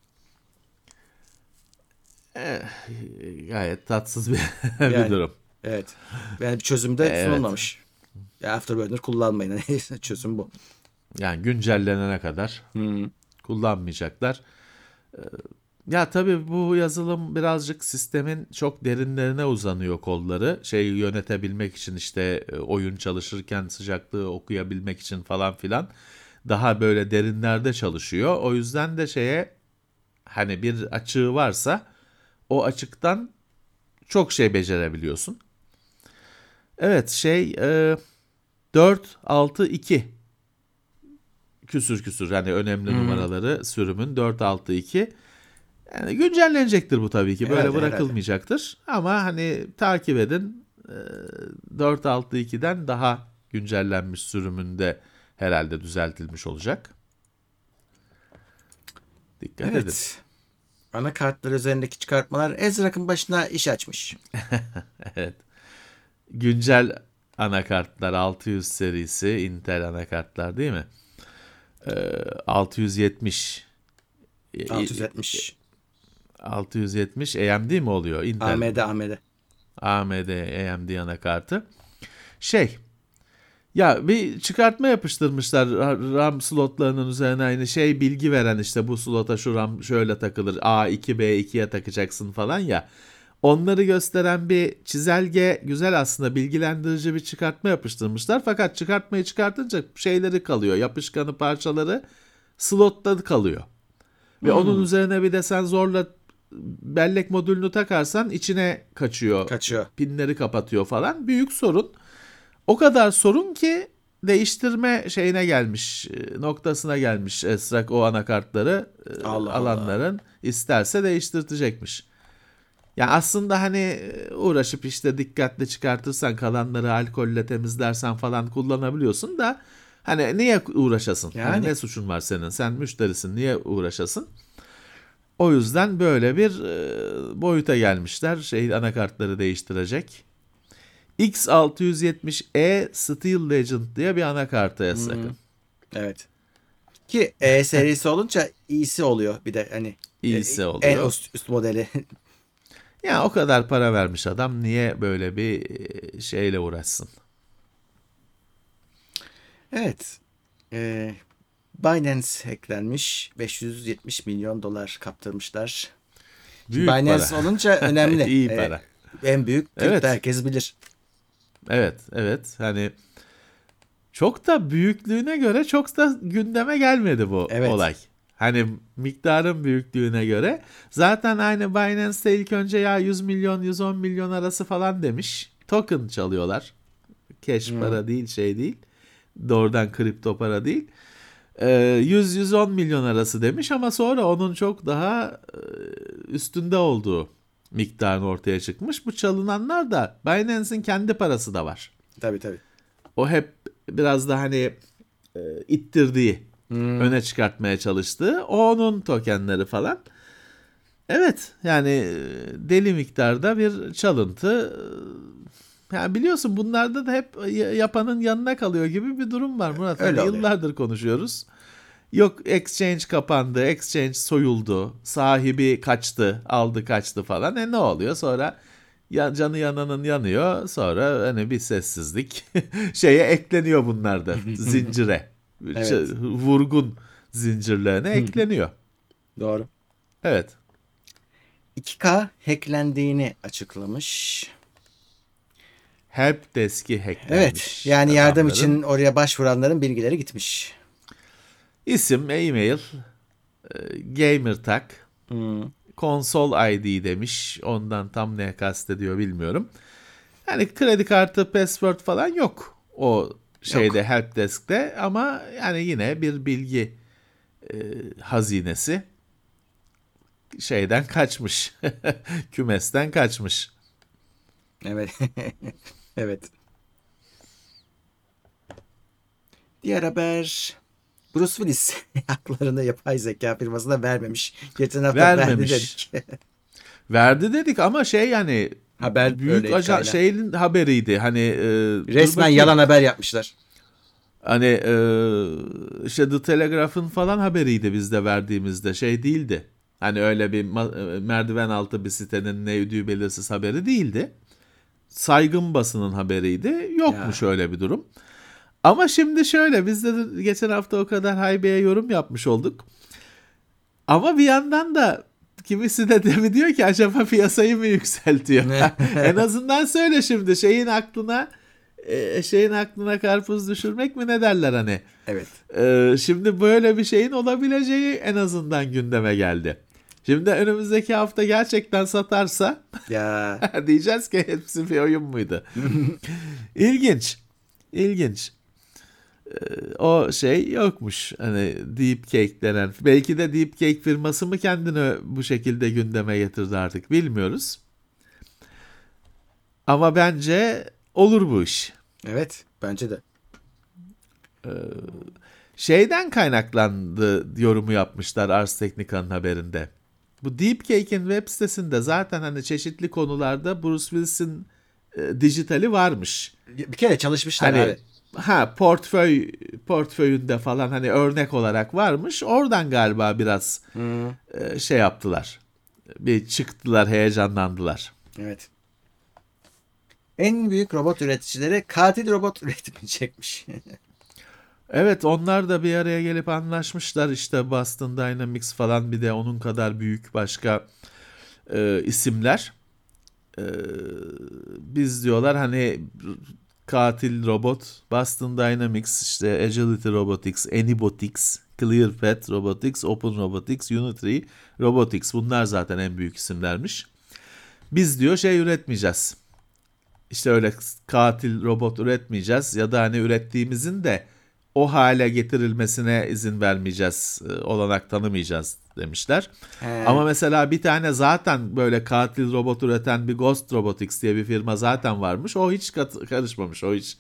Speaker 4: Eh, gayet tatsız bir,
Speaker 3: yani,
Speaker 4: bir durum.
Speaker 3: Evet. Yani bir çözüm de
Speaker 4: evet.
Speaker 3: sunulmamış. Ya Afterburner kullanmayın. Çözüm bu.
Speaker 4: Yani güncellenene kadar hmm. kullanmayacaklar. Ya tabii bu yazılım birazcık sistemin çok derinlerine uzanıyor kolları. Şeyi yönetebilmek için işte oyun çalışırken sıcaklığı okuyabilmek için falan filan. Daha böyle derinlerde çalışıyor. O yüzden de şeye hani bir açığı varsa o açıktan çok şey becerebiliyorsun. Evet şey e, dört altı iki küsür küsür hani önemli hmm. numaraları sürümün dört altı iki. Yani güncellenecektir bu tabii ki. Böyle evet, bırakılmayacaktır. Herhalde. Ama hani takip edin. dört altı iki'den daha güncellenmiş sürümünde herhalde düzeltilmiş olacak. Dikkat evet. edin.
Speaker 3: Anakartlar üzerindeki çıkartmalar Ezrak'ın başına iş açmış.
Speaker 4: evet. Güncel anakartlar altı yüz serisi Intel anakartlar değil mi? Ee, altı yüz yetmiş
Speaker 3: altı yüz yetmiş
Speaker 4: altı yüz yetmiş A M D mi oluyor? Intel.
Speaker 3: A M D A M D
Speaker 4: A M D A M D anakartı. Şey ya bir çıkartma yapıştırmışlar RAM slotlarının üzerine aynı şey bilgi veren işte bu slota şu RAM şöyle takılır A iki B iki'ye takacaksın falan ya. Onları gösteren bir çizelge güzel aslında bilgilendirici bir çıkartma yapıştırmışlar. Fakat çıkartmayı çıkartınca şeyleri kalıyor. Yapışkanı parçaları slotta kalıyor. Ve hmm. onun üzerine bir de sen zorla bellek modülünü takarsan içine kaçıyor.
Speaker 3: Kaçıyor.
Speaker 4: Pinleri kapatıyor falan. Büyük sorun. O kadar sorun ki değiştirme şeyine gelmiş, noktasına gelmiş Esrak o anakartları Allah alanların Allah. isterse değiştirtecekmiş. Ya aslında hani uğraşıp işte dikkatli çıkartırsan kalanları alkolle temizlersen falan kullanabiliyorsun da hani niye uğraşasın? Yani. Hani ne suçun var senin? Sen müşterisin niye uğraşasın? O yüzden böyle bir boyuta gelmişler. Şey anakartları değiştirecek. X altı yüz yetmiş E Steel Legend diye bir anakartı Esrak'ın. Hmm.
Speaker 3: Evet. Ki E serisi olunca iyisi oluyor bir de hani.
Speaker 4: İyisi oluyor.
Speaker 3: En üst, üst modeli.
Speaker 4: Ya o kadar para vermiş adam niye böyle bir şeyle uğraşsın?
Speaker 3: Evet. Ee, Binance hacklenmiş. beş yüz yetmiş milyon dolar kaptırmışlar. Büyük Binance para. Olunca önemli.
Speaker 4: İyi para.
Speaker 3: Ee, en büyük evet. herkes bilir.
Speaker 4: Evet, evet. Hani çok da büyüklüğüne göre çok da gündeme gelmedi bu evet. olay. Hani miktarın büyüklüğüne göre zaten aynı Binance'de ilk önce ya yüz milyon yüz on milyon arası falan demiş. Token çalıyorlar. Cash hmm. para değil şey değil. Doğrudan kripto para değil. Ee, yüz yüz on milyon arası demiş ama sonra onun çok daha üstünde olduğu miktarın ortaya çıkmış. Bu çalınanlar da Binance'in kendi parası da var.
Speaker 3: Tabii tabii.
Speaker 4: O hep biraz da hani e, ittirdiği hmm. öne çıkartmaya çalıştığı. O onun tokenleri falan. Evet yani deli miktarda bir çalıntı. Yani biliyorsun bunlarda da hep yapanın yanına kalıyor gibi bir durum var Murat. Öyle hani yıllardır konuşuyoruz. Yok exchange kapandı, exchange soyuldu, sahibi kaçtı, aldı kaçtı falan. E ne oluyor? Sonra ya, canı yananın yanıyor. Sonra hani bir sessizlik şeye ekleniyor bunlar da zincire. Evet. Şey, vurgun zincirlerine ekleniyor.
Speaker 3: Doğru.
Speaker 4: Evet.
Speaker 3: iki K hacklendiğini açıklamış.
Speaker 4: Helpdesk'i hacklenmiş.
Speaker 3: Evet. Yani yardım adamların için oraya başvuranların bilgileri gitmiş.
Speaker 4: İsim, e-mail, gamertag, hmm. konsol I D demiş. Ondan tam ne kastediyor bilmiyorum. Yani kredi kartı, password falan yok o şeyde, yok. Helpdesk'te ama yani yine bir bilgi e, hazinesi şeyden kaçmış. Kümesten kaçmış.
Speaker 3: Evet. Evet. Diğer haber, Bruce Willis haklarını yapay zeka firmasına vermemiş. Geçen hafta vermemiş. Verdi dedik.
Speaker 4: Verdi dedik ama şey yani haber büyük ajan şeyin haberiydi. Hani e,
Speaker 3: resmen yalan haber yapmışlar.
Speaker 4: Hani e, işte The Telegraph'ın falan haberiydi bizde verdiğimizde, şey değildi. Hani öyle bir ma- merdiven altı bir sitenin ne ödüğü belirsiz haberi değildi. Saygın basının haberiydi. Yokmuş ya. Öyle bir durum. Ama şimdi şöyle, biz de geçen hafta o kadar haybeye yorum yapmış olduk. Ama bir yandan da kimisi de, de mi diyor ki acaba piyasayı mı yükseltiyor? En azından söyle şimdi, şeyin aklına şeyin aklına karpuz düşürmek mi ne derler hani.
Speaker 3: Evet.
Speaker 4: Ee, şimdi böyle bir şeyin olabileceği en azından gündeme geldi. Şimdi önümüzdeki hafta gerçekten satarsa
Speaker 3: ya.
Speaker 4: diyeceğiz ki hepsi bir oyun muydu? İlginç. İlginç. Ee, o şey yokmuş. Hani Deepcake denen. Belki de Deepcake firması mı kendini bu şekilde gündeme getirdi artık bilmiyoruz. Ama bence olur bu iş.
Speaker 3: Evet, bence de.
Speaker 4: Ee, şeyden kaynaklandı yorumu yapmışlar Ars Technica'nın haberinde. Bu Deepcake'in web sitesinde zaten hani çeşitli konularda Bruce Willis'in e, dijitali varmış.
Speaker 3: Bir kere çalışmışlar
Speaker 4: hani,
Speaker 3: abi.
Speaker 4: Ha portföy portföyünde falan hani örnek olarak varmış. Oradan galiba biraz hmm. e, şey yaptılar. Bir çıktılar, heyecanlandılar.
Speaker 3: Evet. En büyük robot üreticileri katil robot üretmeyecekmiş.
Speaker 4: Evet, onlar da bir araya gelip anlaşmışlar. İşte Boston Dynamics falan, bir de onun kadar büyük başka e, isimler. E, biz diyorlar hani katil robot, Boston Dynamics, işte Agility Robotics, Anybotics, ClearPath Robotics, Open Robotics, Unitree Robotics, bunlar zaten en büyük isimlermiş. Biz diyor şey üretmeyeceğiz. İşte öyle katil robot üretmeyeceğiz ya da hani ürettiğimizin de o hale getirilmesine izin vermeyeceğiz, olanak tanımayacağız demişler. He. Ama mesela bir tane zaten böyle katil robot üreten bir Ghost Robotics diye bir firma zaten varmış. O hiç kat- karışmamış. O hiç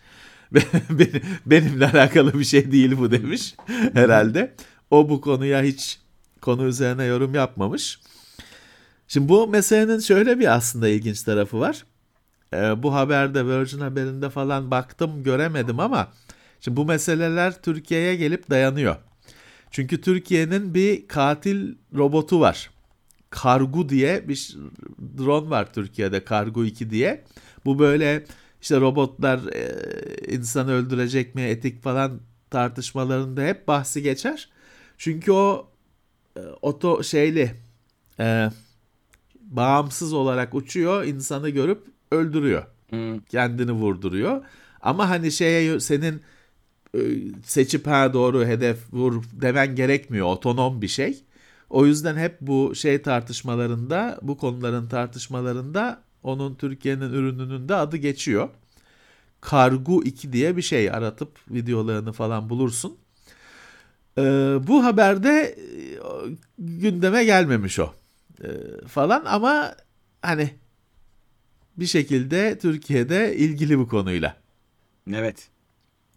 Speaker 4: benimle alakalı bir şey değil bu demiş herhalde. O bu konuya hiç konu üzerine yorum yapmamış. Şimdi bu meselenin şöyle bir aslında ilginç tarafı var. Ee, bu haberde, Virgin haberinde falan baktım, göremedim ama şimdi bu meseleler Türkiye'ye gelip dayanıyor. Çünkü Türkiye'nin bir katil robotu var. Kargu diye bir drone var Türkiye'de, Kargu iki diye. Bu böyle işte robotlar e, insanı öldürecek mi, etik falan tartışmalarında hep bahsi geçer. Çünkü o e, oto şeyli e, bağımsız olarak uçuyor, insanı görüp öldürüyor. Hmm. Kendini vurduruyor. Ama hani şeye senin seçip ha doğru hedef vur demen gerekmiyor. Otonom bir şey. O yüzden hep bu şey tartışmalarında, bu konuların tartışmalarında onun Türkiye'nin ürününün de adı geçiyor. Kargu iki diye bir şey, aratıp videolarını falan bulursun. Ee, bu haberde gündeme gelmemiş o ee, falan ama hani bir şekilde Türkiye'de ilgili bu konuyla.
Speaker 3: Evet.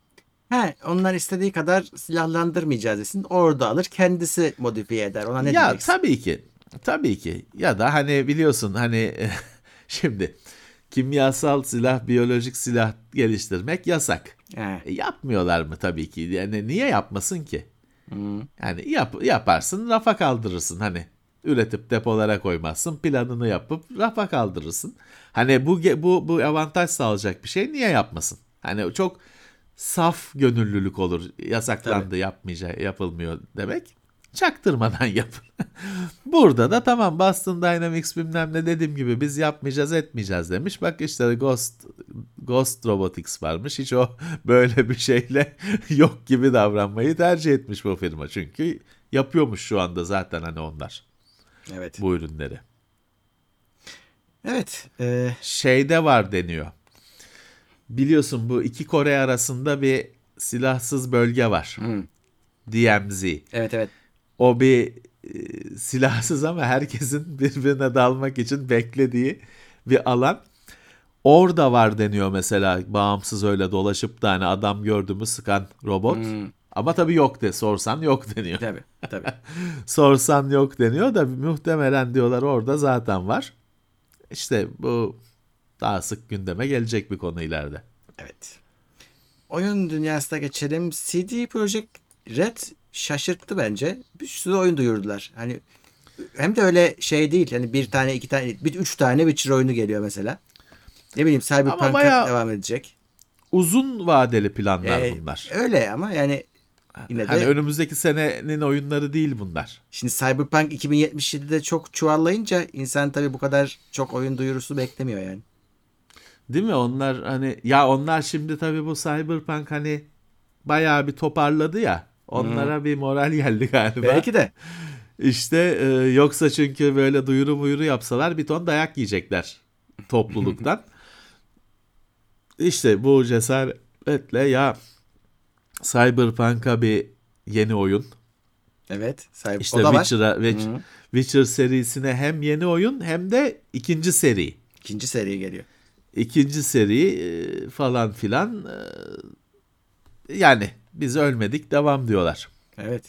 Speaker 3: He, onlar istediği kadar silahlandırmayacağız desin. Orada alır kendisi modifiye eder. Ona ne
Speaker 4: Ya
Speaker 3: diyeceksin?
Speaker 4: tabii ki. Tabii ki. Ya da hani biliyorsun hani şimdi kimyasal silah, biyolojik silah geliştirmek yasak.
Speaker 3: He.
Speaker 4: E, yapmıyorlar mı tabii ki? Yani niye yapmasın ki?
Speaker 3: Hmm.
Speaker 4: Yani yap, yaparsın, rafa kaldırırsın hani. Üretip depolara koymazsın, planını yapıp rafa kaldırırsın. Hani bu bu bu avantaj sağlayacak bir şey niye yapmasın? Hani çok saf gönüllülük olur. Yasaklandı, yapmayacak, yapılmıyor demek. Çaktırmadan yapın. Burada da tamam Boston Dynamics bilmem ne dediğim gibi biz yapmayacağız etmeyeceğiz demiş. Bak işte Ghost Ghost Robotics varmış. Hiç o böyle bir şeyle yok gibi davranmayı tercih etmiş bu firma. Çünkü yapıyormuş şu anda zaten hani onlar
Speaker 3: Evet.
Speaker 4: bu ürünleri.
Speaker 3: Evet. E,
Speaker 4: Şeyde var deniyor. Biliyorsun bu iki Kore arasında bir silahsız bölge var.
Speaker 3: hmm.
Speaker 4: D M Z.
Speaker 3: Evet evet.
Speaker 4: O bir e, silahsız ama herkesin birbirine dalmak için beklediği bir alan. Orada var deniyor mesela bağımsız öyle dolaşıp da hani adam gördü mü sıkan robot.
Speaker 3: Hmm.
Speaker 4: Ama tabii yok de sorsan yok deniyor.
Speaker 3: Tabii tabii.
Speaker 4: Sorsan yok deniyor da muhtemelen diyorlar orada zaten var. İşte bu daha sık gündeme gelecek bir konu ileride.
Speaker 3: Evet. Oyun dünyasına geçelim. C D Projekt Red şaşırttı bence. Bir sürü oyun duyurdular. Hani hem de öyle şey değil. Hani bir tane, iki tane, bir üç tane Witcher oyunu geliyor mesela. Ne bileyim Cyberpunk'a
Speaker 4: bayağı
Speaker 3: devam edecek.
Speaker 4: Uzun vadeli planlar
Speaker 3: Ee,
Speaker 4: bunlar.
Speaker 3: Öyle ama yani yine de
Speaker 4: Hani önümüzdeki senenin oyunları değil bunlar.
Speaker 3: şimdi Cyberpunk iki bin yetmiş yedide çok çuvallayınca insan tabii bu kadar çok oyun duyurusu beklemiyor yani.
Speaker 4: Değil mi? Onlar hani ya onlar şimdi tabii bu Cyberpunk hani bayağı bir toparladı ya. Onlara bir moral geldi galiba.
Speaker 3: Belki de.
Speaker 4: İşte e, yoksa çünkü böyle duyuru muyuru yapsalar bir ton dayak yiyecekler topluluktan. İşte bu cesaretle ya Cyberpunk'a bir yeni oyun.
Speaker 3: Evet. Cyber...
Speaker 4: İşte
Speaker 3: o da var.
Speaker 4: Witcher'a, Witch- Witcher serisine hem yeni oyun hem de ikinci seri.
Speaker 3: İkinci seri geliyor.
Speaker 4: İkinci seri e, falan filan e, yani biz ölmedik devam diyorlar.
Speaker 3: Evet.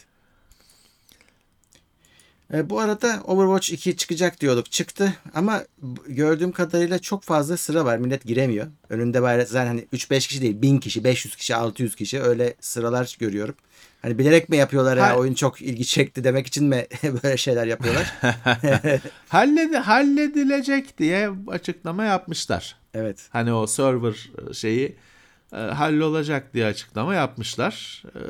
Speaker 3: E, bu arada Overwatch iki çıkacak diyorduk. Çıktı ama b- gördüğüm kadarıyla çok fazla sıra var. Millet giremiyor. Önünde bari zaten hani üç beş kişi değil bin kişi, beş yüz kişi, altı yüz kişi öyle sıralar görüyorum. Hani bilerek mi yapıyorlar ya
Speaker 4: Hayır.
Speaker 3: oyun çok ilgi çekti demek için mi böyle şeyler yapıyorlar?
Speaker 4: Halledi, halledilecek diye açıklama yapmışlar.
Speaker 3: Evet.
Speaker 4: Hani o server şeyi e, hallolacak diye açıklama yapmışlar. E,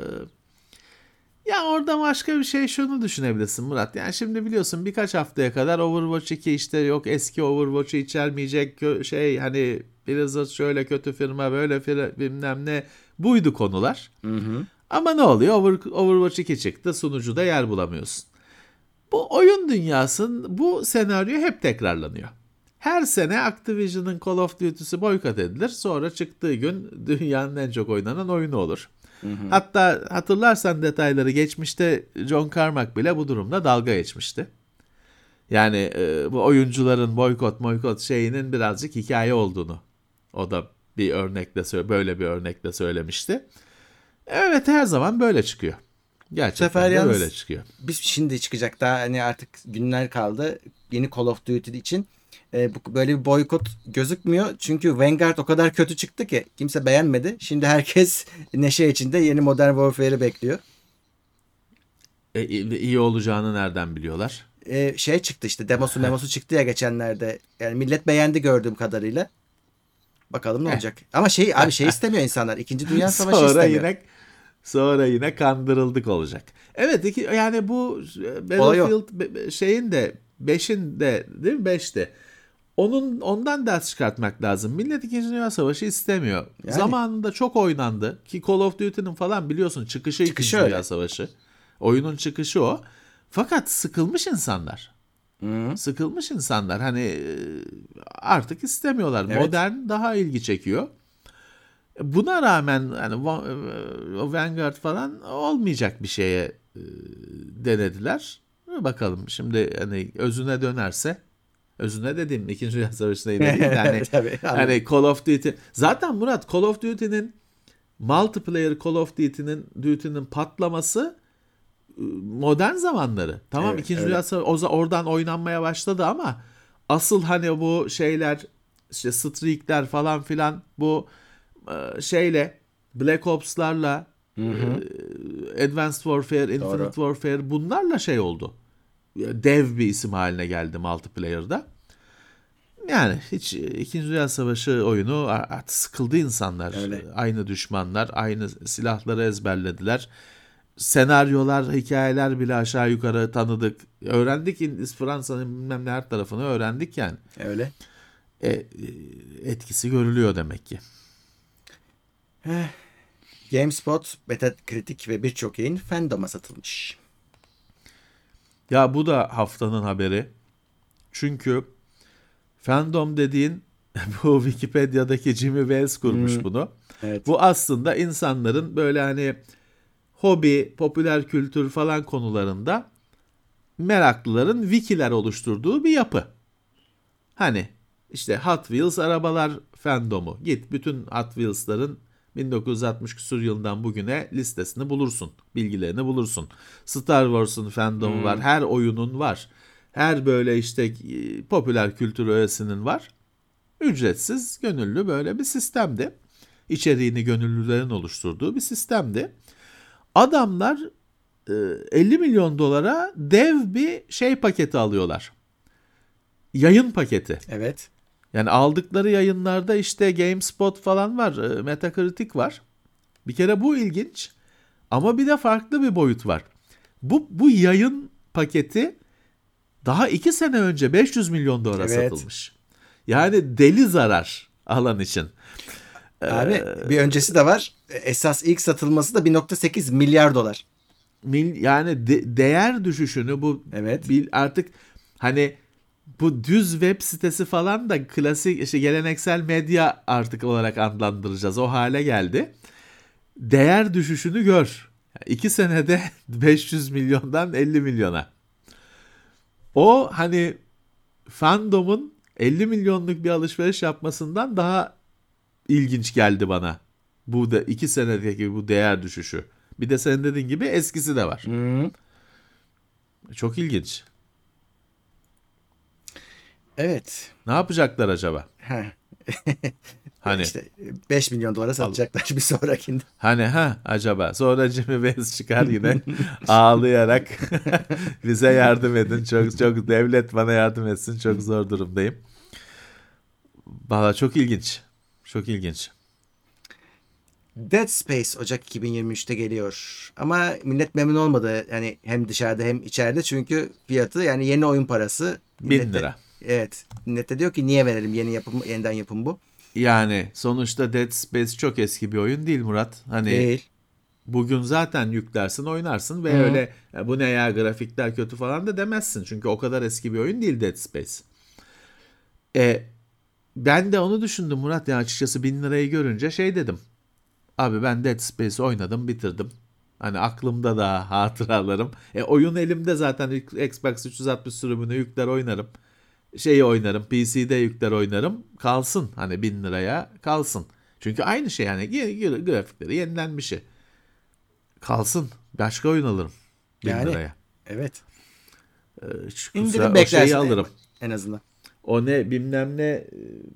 Speaker 4: ya orada başka bir şey şunu düşünebilirsin Murat. Yani şimdi biliyorsun birkaç haftaya kadar Overwatch iki işte yok eski Overwatch'u içermeyecek kö- şey hani Blizzard şöyle kötü firma böyle firma bilmem ne buydu konular.
Speaker 3: Hı hı.
Speaker 4: Ama ne oluyor? Over, Overwatch iki çıktı sunucuda yer bulamıyorsun. Bu oyun dünyasının bu senaryo hep tekrarlanıyor. Her sene Activision'ın Call of Duty'si boykot edilir. Sonra çıktığı gün dünyanın en çok oynanan oyunu olur. Hı hı. Hatta hatırlarsan detayları geçmişte John Carmack bile bu durumda dalga geçmişti. Yani e, bu oyuncuların boykot boykot şeyinin birazcık hikaye olduğunu o da bir örnekle böyle bir örnekle söylemişti. Evet her zaman böyle çıkıyor. Gerçekten
Speaker 3: sefer
Speaker 4: de
Speaker 3: yalnız
Speaker 4: böyle çıkıyor.
Speaker 3: Biz şimdi çıkacak daha hani artık günler kaldı yeni Call of Duty için. E, bu, böyle bir boykot gözükmüyor. Çünkü Vanguard o kadar kötü çıktı ki kimse beğenmedi. Şimdi herkes neşe içinde yeni Modern Warfare'i bekliyor.
Speaker 4: E, iyi olacağını nereden biliyorlar?
Speaker 3: E, şey çıktı işte demosu memosu çıktı ya geçenlerde. Yani millet beğendi gördüğüm kadarıyla. Bakalım ne olacak. Ama şey abi şey istemiyor insanlar. İkinci Dünya Savaşı
Speaker 4: sonra
Speaker 3: istemiyor.
Speaker 4: Yine, sonra yine kandırıldık olacak. Evet iki, yani bu
Speaker 3: Olay o.
Speaker 4: Battlefield şeyin de beşin de değil mi beşte onun ondan ders çıkartmak lazım. Millet İkinci Dünya Savaşı istemiyor.
Speaker 3: Yani.
Speaker 4: Zamanında çok oynandı ki Call of Duty'nin falan biliyorsun çıkışı,
Speaker 3: Çıkışı
Speaker 4: İkinci Dünya
Speaker 3: öyle.
Speaker 4: Savaşı. Oyunun çıkışı o. Fakat sıkılmış insanlar.
Speaker 3: Hı.
Speaker 4: Sıkılmış insanlar hani artık istemiyorlar.
Speaker 3: Evet.
Speaker 4: Modern daha ilgi çekiyor. Buna rağmen hani o Vanguard falan olmayacak bir şeye e, denediler. Bakalım şimdi hani özüne dönerse özüne dediğim İkinci Dünya Savaşı'na yine değil. Yani,
Speaker 3: Tabii,
Speaker 4: hani Call of Duty zaten Murat Call of Duty'nin multiplayer Call of Duty'nin Duty'nin patlaması modern zamanları. Tamam,
Speaker 3: Evet,
Speaker 4: İkinci
Speaker 3: öyle.
Speaker 4: Dünya Savaşı oradan oynanmaya başladı ama asıl hani bu şeyler, işte streakler falan filan, bu şeyle, Black Ops'larla,
Speaker 3: Hı hı.
Speaker 4: Advanced Warfare, Infinite
Speaker 3: Doğru.
Speaker 4: Warfare, bunlarla şey oldu. Dev bir isim haline geldi multiplayer'da. Yani hiç İkinci Dünya Savaşı oyunu artık sıkıldı insanlar.
Speaker 3: Öyle.
Speaker 4: Aynı düşmanlar, aynı silahları ezberlediler. Senaryolar, hikayeler bile aşağı yukarı tanıdık. Öğrendik, Fransa'nın bilmem ne her tarafını öğrendik yani.
Speaker 3: Öyle.
Speaker 4: E, etkisi görülüyor demek ki.
Speaker 3: GameSpot, Metacritic ve birçok yayın fandom'a satılmış.
Speaker 4: Ya bu da haftanın haberi. Çünkü fandom dediğin bu Wikipedia'daki Jimmy Wales kurmuş
Speaker 3: Hmm.
Speaker 4: bunu.
Speaker 3: Evet.
Speaker 4: Bu aslında insanların böyle hani hobi, popüler kültür falan konularında meraklıların wikiler oluşturduğu bir yapı. Hani işte Hot Wheels arabalar fandomu. Git bütün Hot Wheels'ların bin dokuz yüz altmış küsur yılından bugüne listesini bulursun. Bilgilerini bulursun. Star Wars'un fandomu
Speaker 3: Hmm.
Speaker 4: var. Her oyunun var. Her böyle işte popüler kültür öğesinin var. Ücretsiz, gönüllü böyle bir sistemdi. İçeriğini gönüllülerin oluşturduğu bir sistemdi. Adamlar elli milyon dolara dev bir şey paketi alıyorlar. Yayın paketi.
Speaker 3: Evet.
Speaker 4: Yani aldıkları yayınlarda işte GameSpot falan var, Metacritic var. Bir kere bu ilginç. Ama bir de farklı bir boyut var. Bu, bu yayın paketi daha iki sene önce beş yüz milyon dolara
Speaker 3: Evet.
Speaker 4: satılmış. Yani deli zarar alan için.
Speaker 3: Abi
Speaker 4: Ee,
Speaker 3: bir öncesi de var. Esas ilk satılması da bir nokta sekiz milyar dolar.
Speaker 4: Mil, yani de, değer düşüşünü bu
Speaker 3: Evet.
Speaker 4: bil, artık hani bu düz web sitesi falan da klasik işte geleneksel medya artık olarak adlandıracağız. O hale geldi. Değer düşüşünü gör. İki senede beş yüz milyondan elli milyona. O hani fandom'un elli milyonluk bir alışveriş yapmasından daha ilginç geldi bana. Bu da iki senedeki bu değer düşüşü. Bir de senin dediğin gibi eskisi de var.
Speaker 3: Hı.
Speaker 4: Çok ilginç.
Speaker 3: Evet.
Speaker 4: Ne yapacaklar acaba?
Speaker 3: Heh.
Speaker 4: Hani
Speaker 3: İşte beş milyon dolara satacaklar bir sonrakinde.
Speaker 4: hani ha acaba sonra Jimmy Wales çıkar yine ağlayarak bize yardım edin. Çok çok devlet bana yardım etsin. Çok zor durumdayım. Valla çok ilginç. Çok ilginç.
Speaker 3: Dead Space Ocak iki bin yirmi üçte geliyor. Ama millet memnun olmadı. Yani hem dışarıda hem içeride. Çünkü fiyatı yani yeni oyun parası.
Speaker 4: Bin
Speaker 3: Millet de-
Speaker 4: lira.
Speaker 3: Evet. Millet de diyor ki niye verelim yeni yapım, yeniden yapım bu.
Speaker 4: Yani sonuçta Dead Space çok eski bir oyun değil Murat. Hani
Speaker 3: Değil.
Speaker 4: bugün zaten yüklersin, oynarsın ve
Speaker 3: Hı.
Speaker 4: öyle "Ya bu ne ya, grafikler kötü" falan da demezsin. Çünkü o kadar eski bir oyun değil Dead Space. E, ben de onu düşündüm Murat, ya açıkçası bin lirayı görünce şey dedim. Abi ben Dead Space oynadım, bitirdim. Hani aklımda da hatıralarım. E, oyun elimde zaten, Xbox üç yüz altmış sürümünü yükler oynarım. Şeyi oynarım, P C'de yükler oynarım. Kalsın hani bin liraya kalsın. Çünkü aynı şey yani grafikleri yenilenmişi. Kalsın. Başka oyun alırım bin
Speaker 3: Yani.
Speaker 4: liraya.
Speaker 3: Evet.
Speaker 4: Ee, şu-
Speaker 3: İndirim
Speaker 4: kusura- o
Speaker 3: beklersin.
Speaker 4: şeyi alırım.
Speaker 3: En azından.
Speaker 4: O ne bilmem ne e,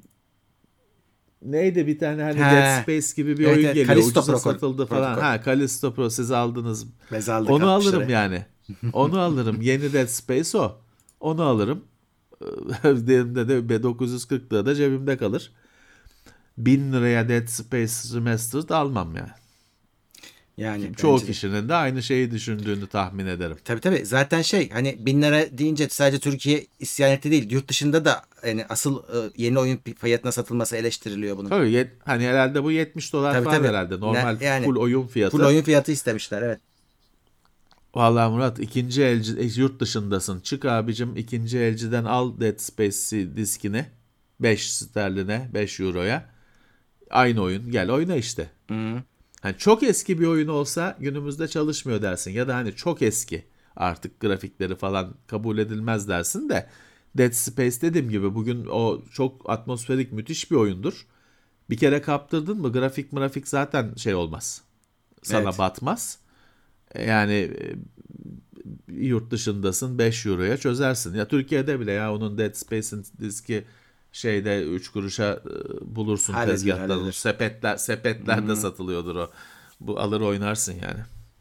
Speaker 4: neydi bir tane hani
Speaker 3: He.
Speaker 4: Dead Space gibi bir
Speaker 3: Evet,
Speaker 4: oyun
Speaker 3: evet.
Speaker 4: geliyor.
Speaker 3: Callisto
Speaker 4: Ucuza
Speaker 3: Protocol.
Speaker 4: satıldı falan.
Speaker 3: Protocol.
Speaker 4: Ha, Callisto Pro siz aldınız.
Speaker 3: Mezarlık
Speaker 4: Onu
Speaker 3: altmış
Speaker 4: alırım
Speaker 3: liraya.
Speaker 4: yani. Onu alırım. Yeni Dead Space o. Onu alırım. Diğerinde de dokuz yüz kırk lirada cebimde kalır. bin liraya Dead Space Remastered almam yani.
Speaker 3: Yani
Speaker 4: Çoğu
Speaker 3: bence de.
Speaker 4: kişinin de aynı şeyi düşündüğünü tahmin ederim.
Speaker 3: Tabii tabii. Zaten şey hani bin lira deyince sadece Türkiye isyan etti değil. Yurt dışında da yani asıl e, yeni oyun fiyatına satılması eleştiriliyor bunun.
Speaker 4: Tabii yet- hani herhalde bu yetmiş dolar
Speaker 3: Tabii,
Speaker 4: falan
Speaker 3: tabii.
Speaker 4: herhalde. Normal
Speaker 3: Ne- yani
Speaker 4: full oyun fiyatı.
Speaker 3: Full oyun fiyatı istemişler evet.
Speaker 4: Vallahi Murat, ikinci elci e, yurt dışındasın. Çık abicim, ikinci elciden al Dead Space diskini. beş sterline, beş euroya. Aynı oyun. Gel oyna işte.
Speaker 3: Hı.
Speaker 4: Hani çok eski bir oyun olsa günümüzde çalışmıyor dersin. Ya da hani çok eski, artık grafikleri falan kabul edilmez dersin de Dead Space dediğim gibi bugün o çok atmosferik, müthiş bir oyundur. Bir kere kaptırdın mı grafik grafik zaten şey olmaz. Sana
Speaker 3: Evet.
Speaker 4: batmaz. Yani e, yurt dışındasın beş euroya çözersin. Ya Türkiye'de bile ya onun Dead Space'in diski şeyde üç kuruşa e, bulursun
Speaker 3: Halledilir,
Speaker 4: tezgahtan.
Speaker 3: halledilir.
Speaker 4: Sepetler sepetlerde satılıyordur o. Bu alır oynarsın yani.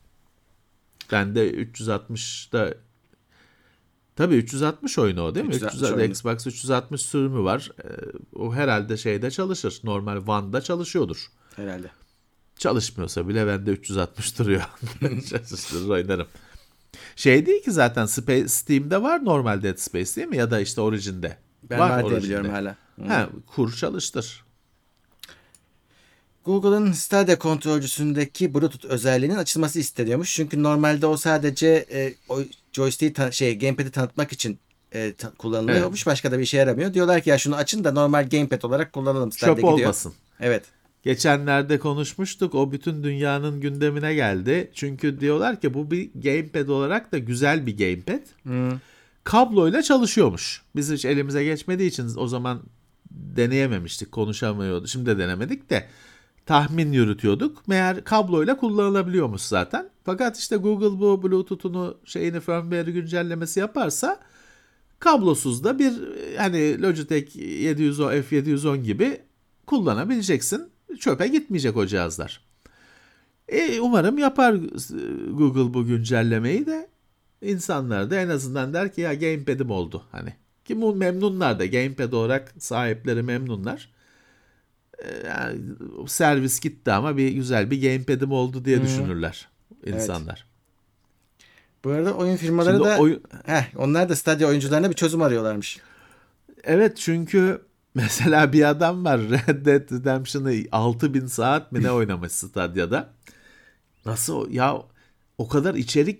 Speaker 4: Ben de üç yüz altmışta tabii üç yüz altmış oyunu o değil mi?
Speaker 3: üç yüz altmış
Speaker 4: üç yüz
Speaker 3: oyunu.
Speaker 4: Xbox üç yüz altmış sürümü var. E, o herhalde şeyde çalışır. Normal One'da çalışıyordur.
Speaker 3: Herhalde.
Speaker 4: Çalışmıyorsa bile bende üç yüz altmış duruyor. Çalıştırır oynarım. Şey değil ki zaten Spa- Steam'de var normal Dead Space değil mi? Ya da işte Origin'de.
Speaker 3: Ben var, diye
Speaker 4: Origin'de.
Speaker 3: biliyorum hala.
Speaker 4: Ha, kur çalıştır.
Speaker 3: Google'ın Stadia kontrolcüsündeki Bluetooth özelliğinin açılması isteniyormuş. Çünkü normalde o sadece e, o joystick'i ta- şey gamepad'i tanıtmak için e, ta- kullanılıyormuş. Başka da bir işe yaramıyor. Diyorlar ki ya şunu açın da normal gamepad olarak kullanalım. Stadia
Speaker 4: Çöp
Speaker 3: gidiyor.
Speaker 4: olmasın.
Speaker 3: Evet.
Speaker 4: Geçenlerde konuşmuştuk. O bütün dünyanın gündemine geldi. Çünkü diyorlar ki bu bir gamepad olarak da güzel bir gamepad.
Speaker 3: Hmm.
Speaker 4: Kabloyla çalışıyormuş. Biz hiç elimize geçmediği için o zaman deneyememiştik, konuşamıyordu. Şimdi de denemedik de tahmin yürütüyorduk. Meğer kabloyla kullanılabiliyormuş zaten. Fakat işte Google bu Bluetooth'unu şeyini firmware güncellemesi yaparsa kablosuz da bir hani Logitech yedi yüz on F yedi yüz on gibi kullanabileceksin. Çöpe gitmeyecek o cihazlar. E, umarım yapar Google bu güncellemeyi de insanlar da en azından der ki ya gamepad'im oldu hani. Ki bu memnunlar da gamepad olarak sahipleri memnunlar. E, yani servis gitti ama bir güzel bir gamepad'im oldu diye düşünürler insanlar.
Speaker 3: Bu arada oyun firmaları
Speaker 4: Şimdi
Speaker 3: da
Speaker 4: oyun-
Speaker 3: heh, onlar da Stadia oyuncularına bir çözüm arıyorlarmış.
Speaker 4: Evet çünkü mesela bir adam var Red Dead Redemption'ı altı bin saat mi ne oynamış Stadia'da. Nasıl o- ya o kadar içerik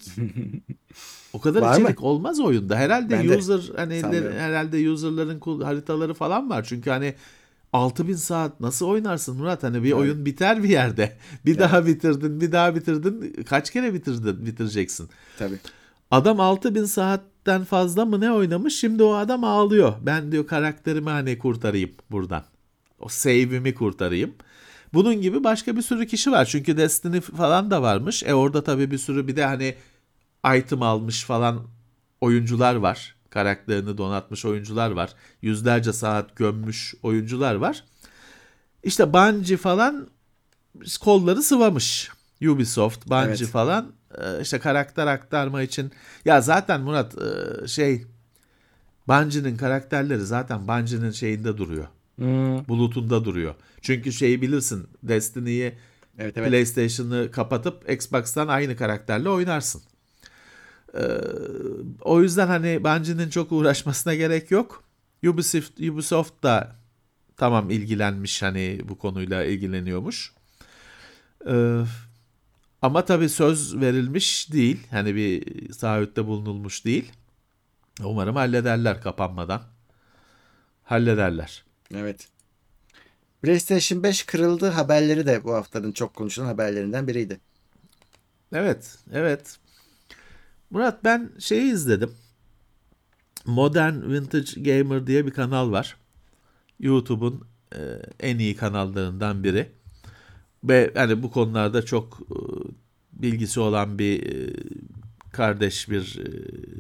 Speaker 4: o kadar
Speaker 3: Var mı?
Speaker 4: içerik olmaz oyunda. Herhalde
Speaker 3: Ben de
Speaker 4: user hani
Speaker 3: sanmıyorum.
Speaker 4: herhalde user'ların kul- haritaları falan var. Çünkü hani altı bin saat nasıl oynarsın Murat? Hani bir oyun biter bir yerde. Bir daha bitirdin, bir daha bitirdin. Kaç kere bitirdin, bitireceksin?
Speaker 3: Tabii.
Speaker 4: Adam altı bin saatten fazla mı ne oynamış? Şimdi o adam ağlıyor. Ben diyor karakterimi hani kurtarayım buradan. O save'imi kurtarayım. Bunun gibi başka bir sürü kişi var. Çünkü Destiny falan da varmış. E orada tabii bir sürü bir de hani item almış falan oyuncular var. Karakterini donatmış oyuncular var. Yüzlerce saat gömmüş oyuncular var. İşte Bungie falan kolları sıvamış. Ubisoft, Bungie
Speaker 3: Evet.
Speaker 4: falan e, işte karakter aktarma için. Ya zaten Murat e, şey Bungie'nin karakterleri zaten Bungie'nin şeyinde duruyor.
Speaker 3: Hmm.
Speaker 4: Bulutunda duruyor. Çünkü şeyi bilirsin Destiny'yi
Speaker 3: Evet evet.
Speaker 4: PlayStation'ı kapatıp Xbox'tan aynı karakterle oynarsın. Ee, o yüzden hani Bungie'nin çok uğraşmasına gerek yok. Ubisoft, Ubisoft da tamam ilgilenmiş hani bu konuyla ilgileniyormuş. Ee, ama tabii söz verilmiş değil. Hani bir taahhütte bulunulmuş değil. Umarım hallederler kapanmadan. Hallederler.
Speaker 3: Evet. PlayStation beş kırıldı haberleri de bu haftanın çok konuşulan haberlerinden biriydi.
Speaker 4: Evet, evet. Murat ben şeyi izledim. Modern Vintage Gamer diye bir kanal var. YouTube'un e, en iyi kanallarından biri. Ve hani bu konularda çok e, bilgisi olan bir e, kardeş, bir e,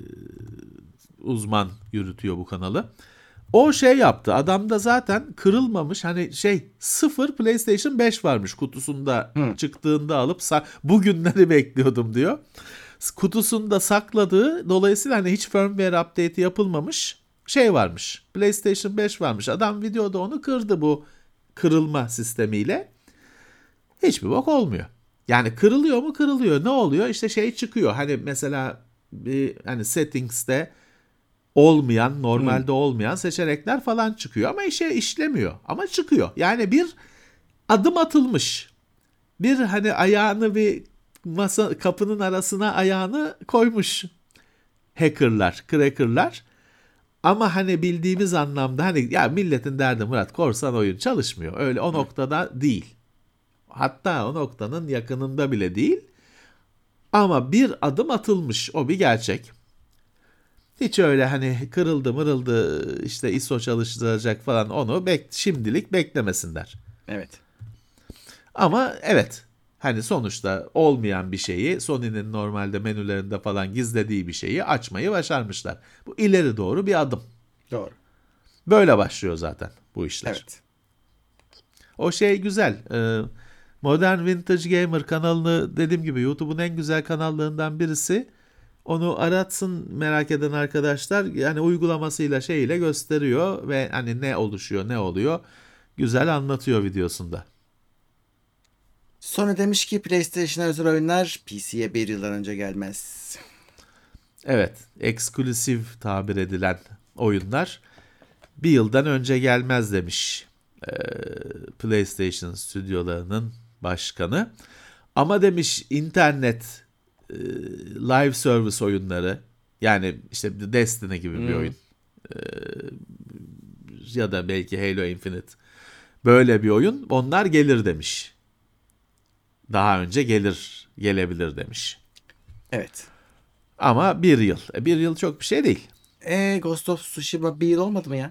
Speaker 4: uzman yürütüyor bu kanalı. O şey yaptı. Adamda zaten kırılmamış hani şey sıfır PlayStation beş varmış kutusunda çıktığında alıp sa- bugünleri bekliyordum diyor. Kutusunda sakladığı dolayısıyla hani hiç firmware update yapılmamış şey varmış. PlayStation beş varmış. Adam videoda onu kırdı bu kırılma sistemiyle. Hiçbir bok olmuyor. Yani kırılıyor mu kırılıyor. Ne oluyor? İşte şey çıkıyor. Hani mesela bir hani settings'te olmayan, normalde olmayan seçenekler falan çıkıyor ama işe işlemiyor. Ama çıkıyor. Yani bir adım atılmış. Bir hani ayağını bir masa kapının arasına ayağını koymuş hackerlar, crackerlar. Ama hani bildiğimiz anlamda hani ya milletin derdi Murat korsan oyun çalışmıyor. Öyle o noktada değil. Hatta o noktanın yakınında bile değil. Ama bir adım atılmış. O bir gerçek. Hiç öyle hani kırıldı mırıldı işte I S O çalıştıracak falan onu bek şimdilik beklemesinler.
Speaker 3: Evet.
Speaker 4: Ama evet, hani sonuçta olmayan bir şeyi, Sony'nin normalde menülerinde falan gizlediği bir şeyi açmayı başarmışlar. Bu ileri doğru bir adım.
Speaker 3: Doğru.
Speaker 4: Böyle başlıyor zaten bu işler.
Speaker 3: Evet.
Speaker 4: O şey güzel. Ee, Modern Vintage Gamer kanalını, dediğim gibi YouTube'un en güzel kanallarından birisi. Onu aratsın merak eden arkadaşlar. Yani uygulamasıyla şeyle gösteriyor ve hani ne oluşuyor, ne oluyor. Güzel anlatıyor videosunda.
Speaker 3: Sony demiş ki PlayStation'a özel oyunlar P C'ye bir yıldan önce gelmez.
Speaker 4: Evet, eksklusif tabir edilen oyunlar bir yıldan önce gelmez demiş ee, PlayStation stüdyolarının başkanı. Ama demiş internet e, live service oyunları, yani işte Destiny gibi bir
Speaker 3: Hmm.
Speaker 4: oyun ee, ya da belki Halo Infinite, böyle bir oyun, onlar gelir demiş. Daha önce gelir, gelebilir demiş.
Speaker 3: Evet.
Speaker 4: Ama bir yıl. E, bir yıl çok bir şey değil.
Speaker 3: E Ghost of Tsushima bir yıl olmadı mı ya?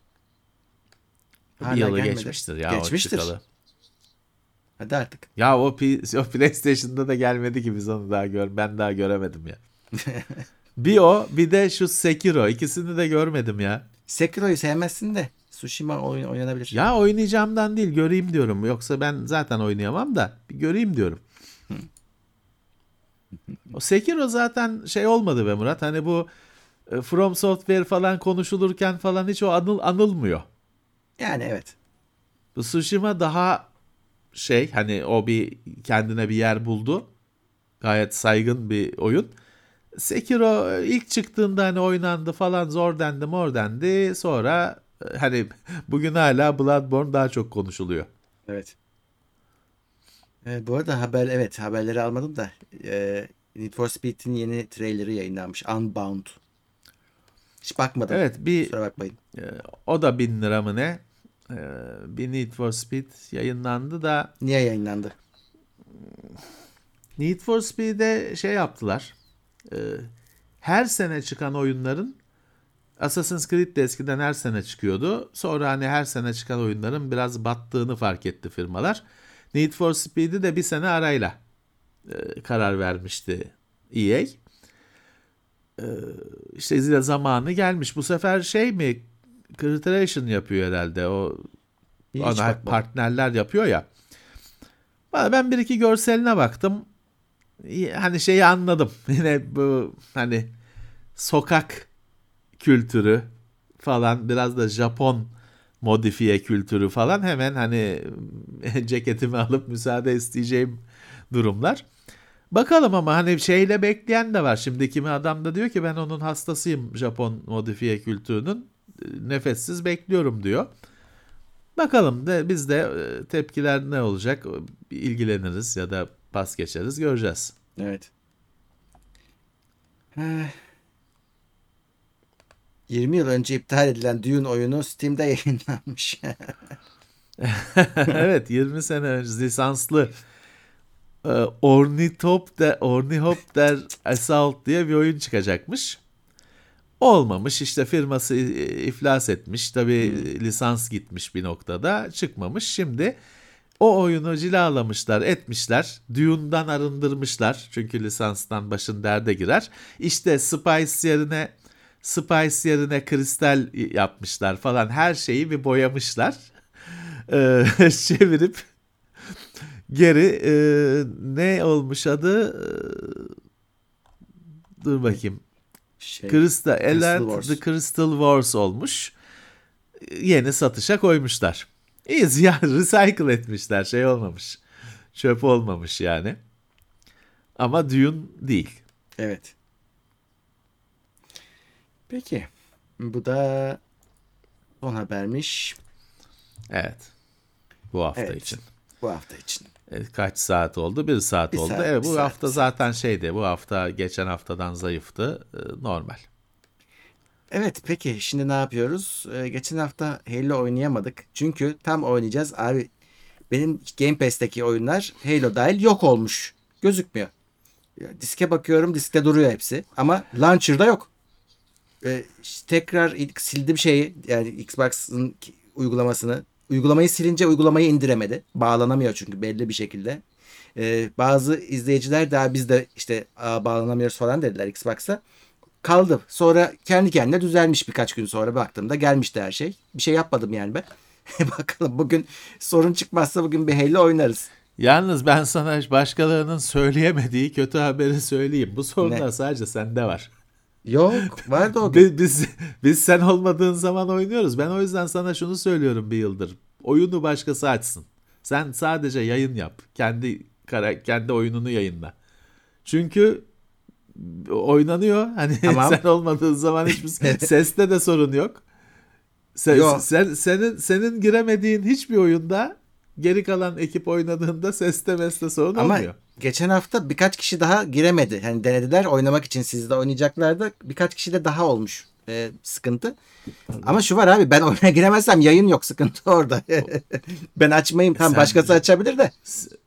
Speaker 4: Bir yılı geçmiştir ya
Speaker 3: Geçmiştir.
Speaker 4: o çıkalı.
Speaker 3: Hadi artık.
Speaker 4: Ya o, P- o PlayStation'da da gelmedi ki, biz onu daha gör ben daha göremedim ya. Bir o, bir de şu Sekiro, ikisini de görmedim ya.
Speaker 3: Sekiro'yu sevmezsin de Tsushima oyun oynanabilir.
Speaker 4: Ya oynayacağımdan değil, göreyim diyorum. Yoksa ben zaten oynayamam da bir göreyim diyorum. O Sekiro zaten şey olmadı be Murat. Hani bu e, From Software falan konuşulurken falan hiç o anıl anılmıyor.
Speaker 3: Yani evet.
Speaker 4: Bu Tsushima daha şey, hani o bir kendine bir yer buldu. Gayet saygın bir oyun. Sekiro ilk çıktığında hani oynandı falan, zor dendi mor dendi. Sonra e, hani bugün hala Bloodborne daha çok konuşuluyor.
Speaker 3: Evet. Evet, bu arada haber evet haberleri almadım da e, Need for Speed'in yeni trailerı yayınlanmış. Unbound. Hiç bakmadım.
Speaker 4: Evet, bir
Speaker 3: Kusura bakmayın.
Speaker 4: e, o da bin lira mı ne? E, bir Need for Speed yayınlandı da
Speaker 3: Niye yayınlandı?
Speaker 4: Need for Speed'e şey yaptılar. E, her sene çıkan oyunların, Assassin's Creed de eskiden her sene çıkıyordu. Sonra hani her sene çıkan oyunların biraz battığını fark etti firmalar. Need for Speed'i de bir sene arayla e, karar vermişti E A. E, işte zile zamanı gelmiş. Bu sefer şey mi, Criterion yapıyor herhalde. O
Speaker 3: Hiç
Speaker 4: ana
Speaker 3: bakmadım.
Speaker 4: partnerler yapıyor ya. Valla ben bir iki görseline baktım. Hani şeyi anladım. Yine bu hani sokak kültürü falan, biraz da Japon modifiye kültürü falan, hemen hani ceketimi alıp müsaade isteyeceğim durumlar. Bakalım, ama hani şeyle bekleyen de var. Şimdi kimi adam da diyor ki ben onun hastasıyım, Japon modifiye kültürünün. Nefessiz bekliyorum diyor. Bakalım de biz de e, tepkiler ne olacak, ilgileniriz ya da pas geçeriz, göreceğiz.
Speaker 3: Evet. Eh. yirmi yıl önce iptal edilen Dune oyunu Steam'de yayınlanmış.
Speaker 4: Evet, yirmi sene önce lisanslı e, Ornithopter, Ornithopter Assault diye bir oyun çıkacakmış. Olmamış, işte firması e, iflas etmiş. Tabii lisans gitmiş bir noktada, çıkmamış. Şimdi o oyunu cilalamışlar, etmişler. Dune'dan arındırmışlar. Çünkü lisanstan başın derde girer. İşte Spice yerine Spice yerine kristal yapmışlar falan. Her şeyi bir boyamışlar. Ee, çevirip geri e, ne olmuş adı? Ee, dur bakayım.
Speaker 3: Şey,
Speaker 4: Crystal,
Speaker 3: Crystal
Speaker 4: Alert
Speaker 3: Wars.
Speaker 4: the Crystal Wars olmuş. Yeni satışa koymuşlar. İyiyiz ya, recycle etmişler, şey olmamış. Çöp olmamış yani. Ama Dune değil.
Speaker 3: Evet. Peki. Bu da son habermiş.
Speaker 4: Evet. Bu hafta
Speaker 3: Evet.
Speaker 4: için.
Speaker 3: Bu hafta için.
Speaker 4: E, Kaç saat oldu? Bir saat
Speaker 3: Bir
Speaker 4: oldu.
Speaker 3: saat,
Speaker 4: evet,
Speaker 3: bir
Speaker 4: bu
Speaker 3: saat,
Speaker 4: hafta
Speaker 3: bir saat.
Speaker 4: zaten şeydi. Bu hafta geçen haftadan zayıftı. E, normal.
Speaker 3: Evet, peki şimdi ne yapıyoruz? Ee, geçen hafta Halo oynayamadık. Çünkü tam oynayacağız. Abi benim Game Pass'teki oyunlar Halo dahil yok olmuş. Gözükmüyor. Ya, diske bakıyorum, diskte duruyor hepsi. Ama Launcher'da yok. Ee, işte tekrar ilk sildim şeyi, yani Xbox'ın uygulamasını. uygulamayı silince uygulamayı indiremedi. Bağlanamıyor çünkü belli bir şekilde. Ee, bazı izleyiciler daha biz de işte bağlanamıyoruz falan dediler Xbox'a. Kaldı. Sonra kendi kendine düzelmiş birkaç gün sonra baktığımda gelmişti her şey. Bir şey yapmadım yani ben. Bakalım bugün sorun çıkmazsa bugün bir Halo oynarız.
Speaker 4: Yalnız ben sana başkalarının söyleyemediği kötü haberi söyleyeyim. Bu sorunlar
Speaker 3: Ne?
Speaker 4: sadece sende var.
Speaker 3: Yok vardı o gün.
Speaker 4: Biz, biz, biz sen olmadığın zaman oynuyoruz. Ben o yüzden sana şunu söylüyorum bir yıldır. Oyunu başkası açsın. Sen sadece yayın yap. Kendi kara, kendi oyununu yayınla. Çünkü oynanıyor. Hani
Speaker 3: Tamam.
Speaker 4: sen olmadığın zaman hiçbir seste de sorun yok. Sen,
Speaker 3: Yok.
Speaker 4: sen senin senin giremediğin hiçbir oyunda geri kalan ekip oynadığında seste meste sorun
Speaker 3: Ama
Speaker 4: olmuyor.
Speaker 3: geçen hafta birkaç kişi daha giremedi. Hani denediler oynamak için sizde oynayacaklardı. Birkaç kişi de daha olmuş e, sıkıntı. Ama şu var abi ben oyuna giremezsem yayın yok sıkıntı orada. Ben açmayayım tam
Speaker 4: Sen-
Speaker 3: başkası açabilir de.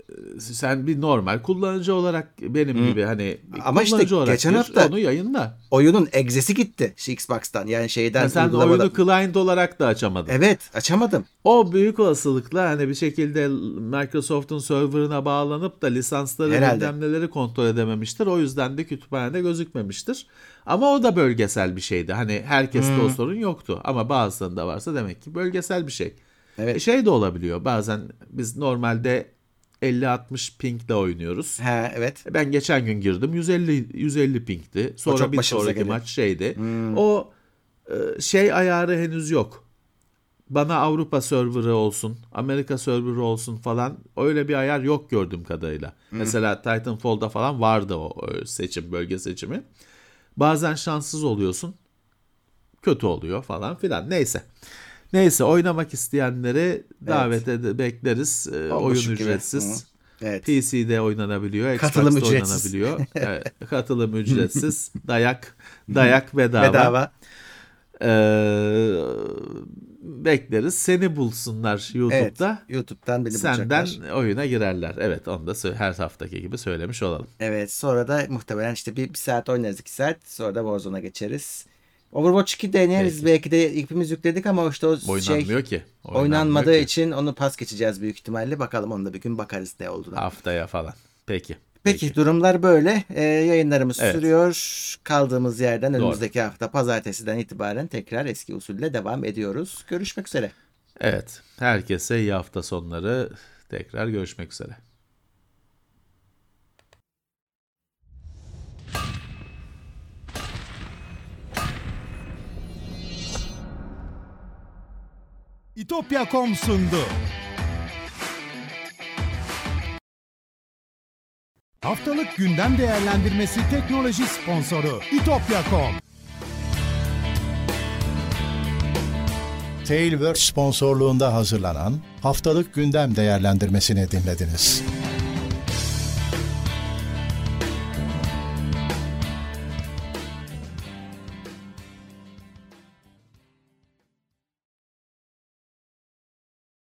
Speaker 4: Sen bir normal kullanıcı olarak benim
Speaker 3: Hı.
Speaker 4: gibi hani
Speaker 3: Ama işte
Speaker 4: kullanıcı olarak
Speaker 3: geçen
Speaker 4: gir,
Speaker 3: hafta-
Speaker 4: onu yayınla.
Speaker 3: Oyunun egzesi gitti şu Xbox'tan yani şeyden.
Speaker 4: Yani sen
Speaker 3: uygulamadan.
Speaker 4: oyunu client olarak da açamadın.
Speaker 3: Evet açamadım.
Speaker 4: O büyük olasılıkla hani bir şekilde Microsoft'un serverına bağlanıp da lisansları
Speaker 3: Herhalde.
Speaker 4: bilmem neleri kontrol edememiştir. O yüzden de kütüphanede gözükmemiştir. Ama o da bölgesel bir şeydi. Hani herkeste
Speaker 3: Hmm.
Speaker 4: o sorun yoktu. Ama bazılarında varsa demek ki bölgesel bir şey.
Speaker 3: Evet.
Speaker 4: E şey de olabiliyor. Bazen biz normalde elli altmış pingle oynuyoruz.
Speaker 3: He evet.
Speaker 4: Ben geçen gün girdim yüz elli yüz elli pingti. Sonra
Speaker 3: çok
Speaker 4: bir
Speaker 3: başımıza
Speaker 4: sonraki
Speaker 3: geliyor.
Speaker 4: maç şeydi.
Speaker 3: Hmm.
Speaker 4: O e, şey ayarı henüz yok. Bana Avrupa serverı olsun, Amerika serverı olsun falan öyle bir ayar yok gördüğüm kadarıyla.
Speaker 3: Hmm.
Speaker 4: Mesela Titanfall'da falan vardı o, o seçim, bölge seçimi. Bazen şanssız oluyorsun. Kötü oluyor falan filan. Neyse. Neyse oynamak isteyenleri davet ede bekleriz. Ee,
Speaker 3: Olmuş
Speaker 4: oyun
Speaker 3: gibi.
Speaker 4: ücretsiz.
Speaker 3: Hı. Evet.
Speaker 4: P C'de oynanabiliyor.
Speaker 3: Katılım
Speaker 4: Xbox'ta
Speaker 3: ücretsiz.
Speaker 4: oynanabiliyor. Evet, katılım ücretsiz. Dayak dayak bedava.
Speaker 3: Bedava.
Speaker 4: Ee, bekleriz. Seni bulsunlar YouTube'da.
Speaker 3: Evet. YouTube'dan beni
Speaker 4: Senden
Speaker 3: bulacaklar.
Speaker 4: oyuna girerler. Evet, onu da sö- her haftaki gibi söylemiş olalım.
Speaker 3: Evet sonra da muhtemelen işte bir, bir saat oynarız iki saat sonra da Warzone'a geçeriz. Overwatch iki deneyeriz
Speaker 4: Peki.
Speaker 3: belki de hepimiz yükledik ama işte o şey
Speaker 4: Oynanmıyor ki. Oynanmıyor
Speaker 3: oynanmadığı
Speaker 4: ki.
Speaker 3: için onu pas geçeceğiz büyük ihtimalle. Bakalım onu da bir gün bakarız ne olduğuna.
Speaker 4: Haftaya falan. Peki.
Speaker 3: Peki, durumlar böyle. Ee, yayınlarımız
Speaker 4: Evet.
Speaker 3: sürüyor. Kaldığımız yerden
Speaker 4: Doğru.
Speaker 3: önümüzdeki hafta pazartesiden itibaren tekrar eski usulle devam ediyoruz. Görüşmek üzere.
Speaker 4: Evet. Herkese iyi hafta sonları. Tekrar görüşmek üzere.
Speaker 2: İtopya nokta com sundu. Haftalık gündem değerlendirmesi teknoloji sponsoru İtopya nokta com.
Speaker 1: Tailwords sponsorluğunda hazırlanan haftalık gündem değerlendirmesini dinlediniz.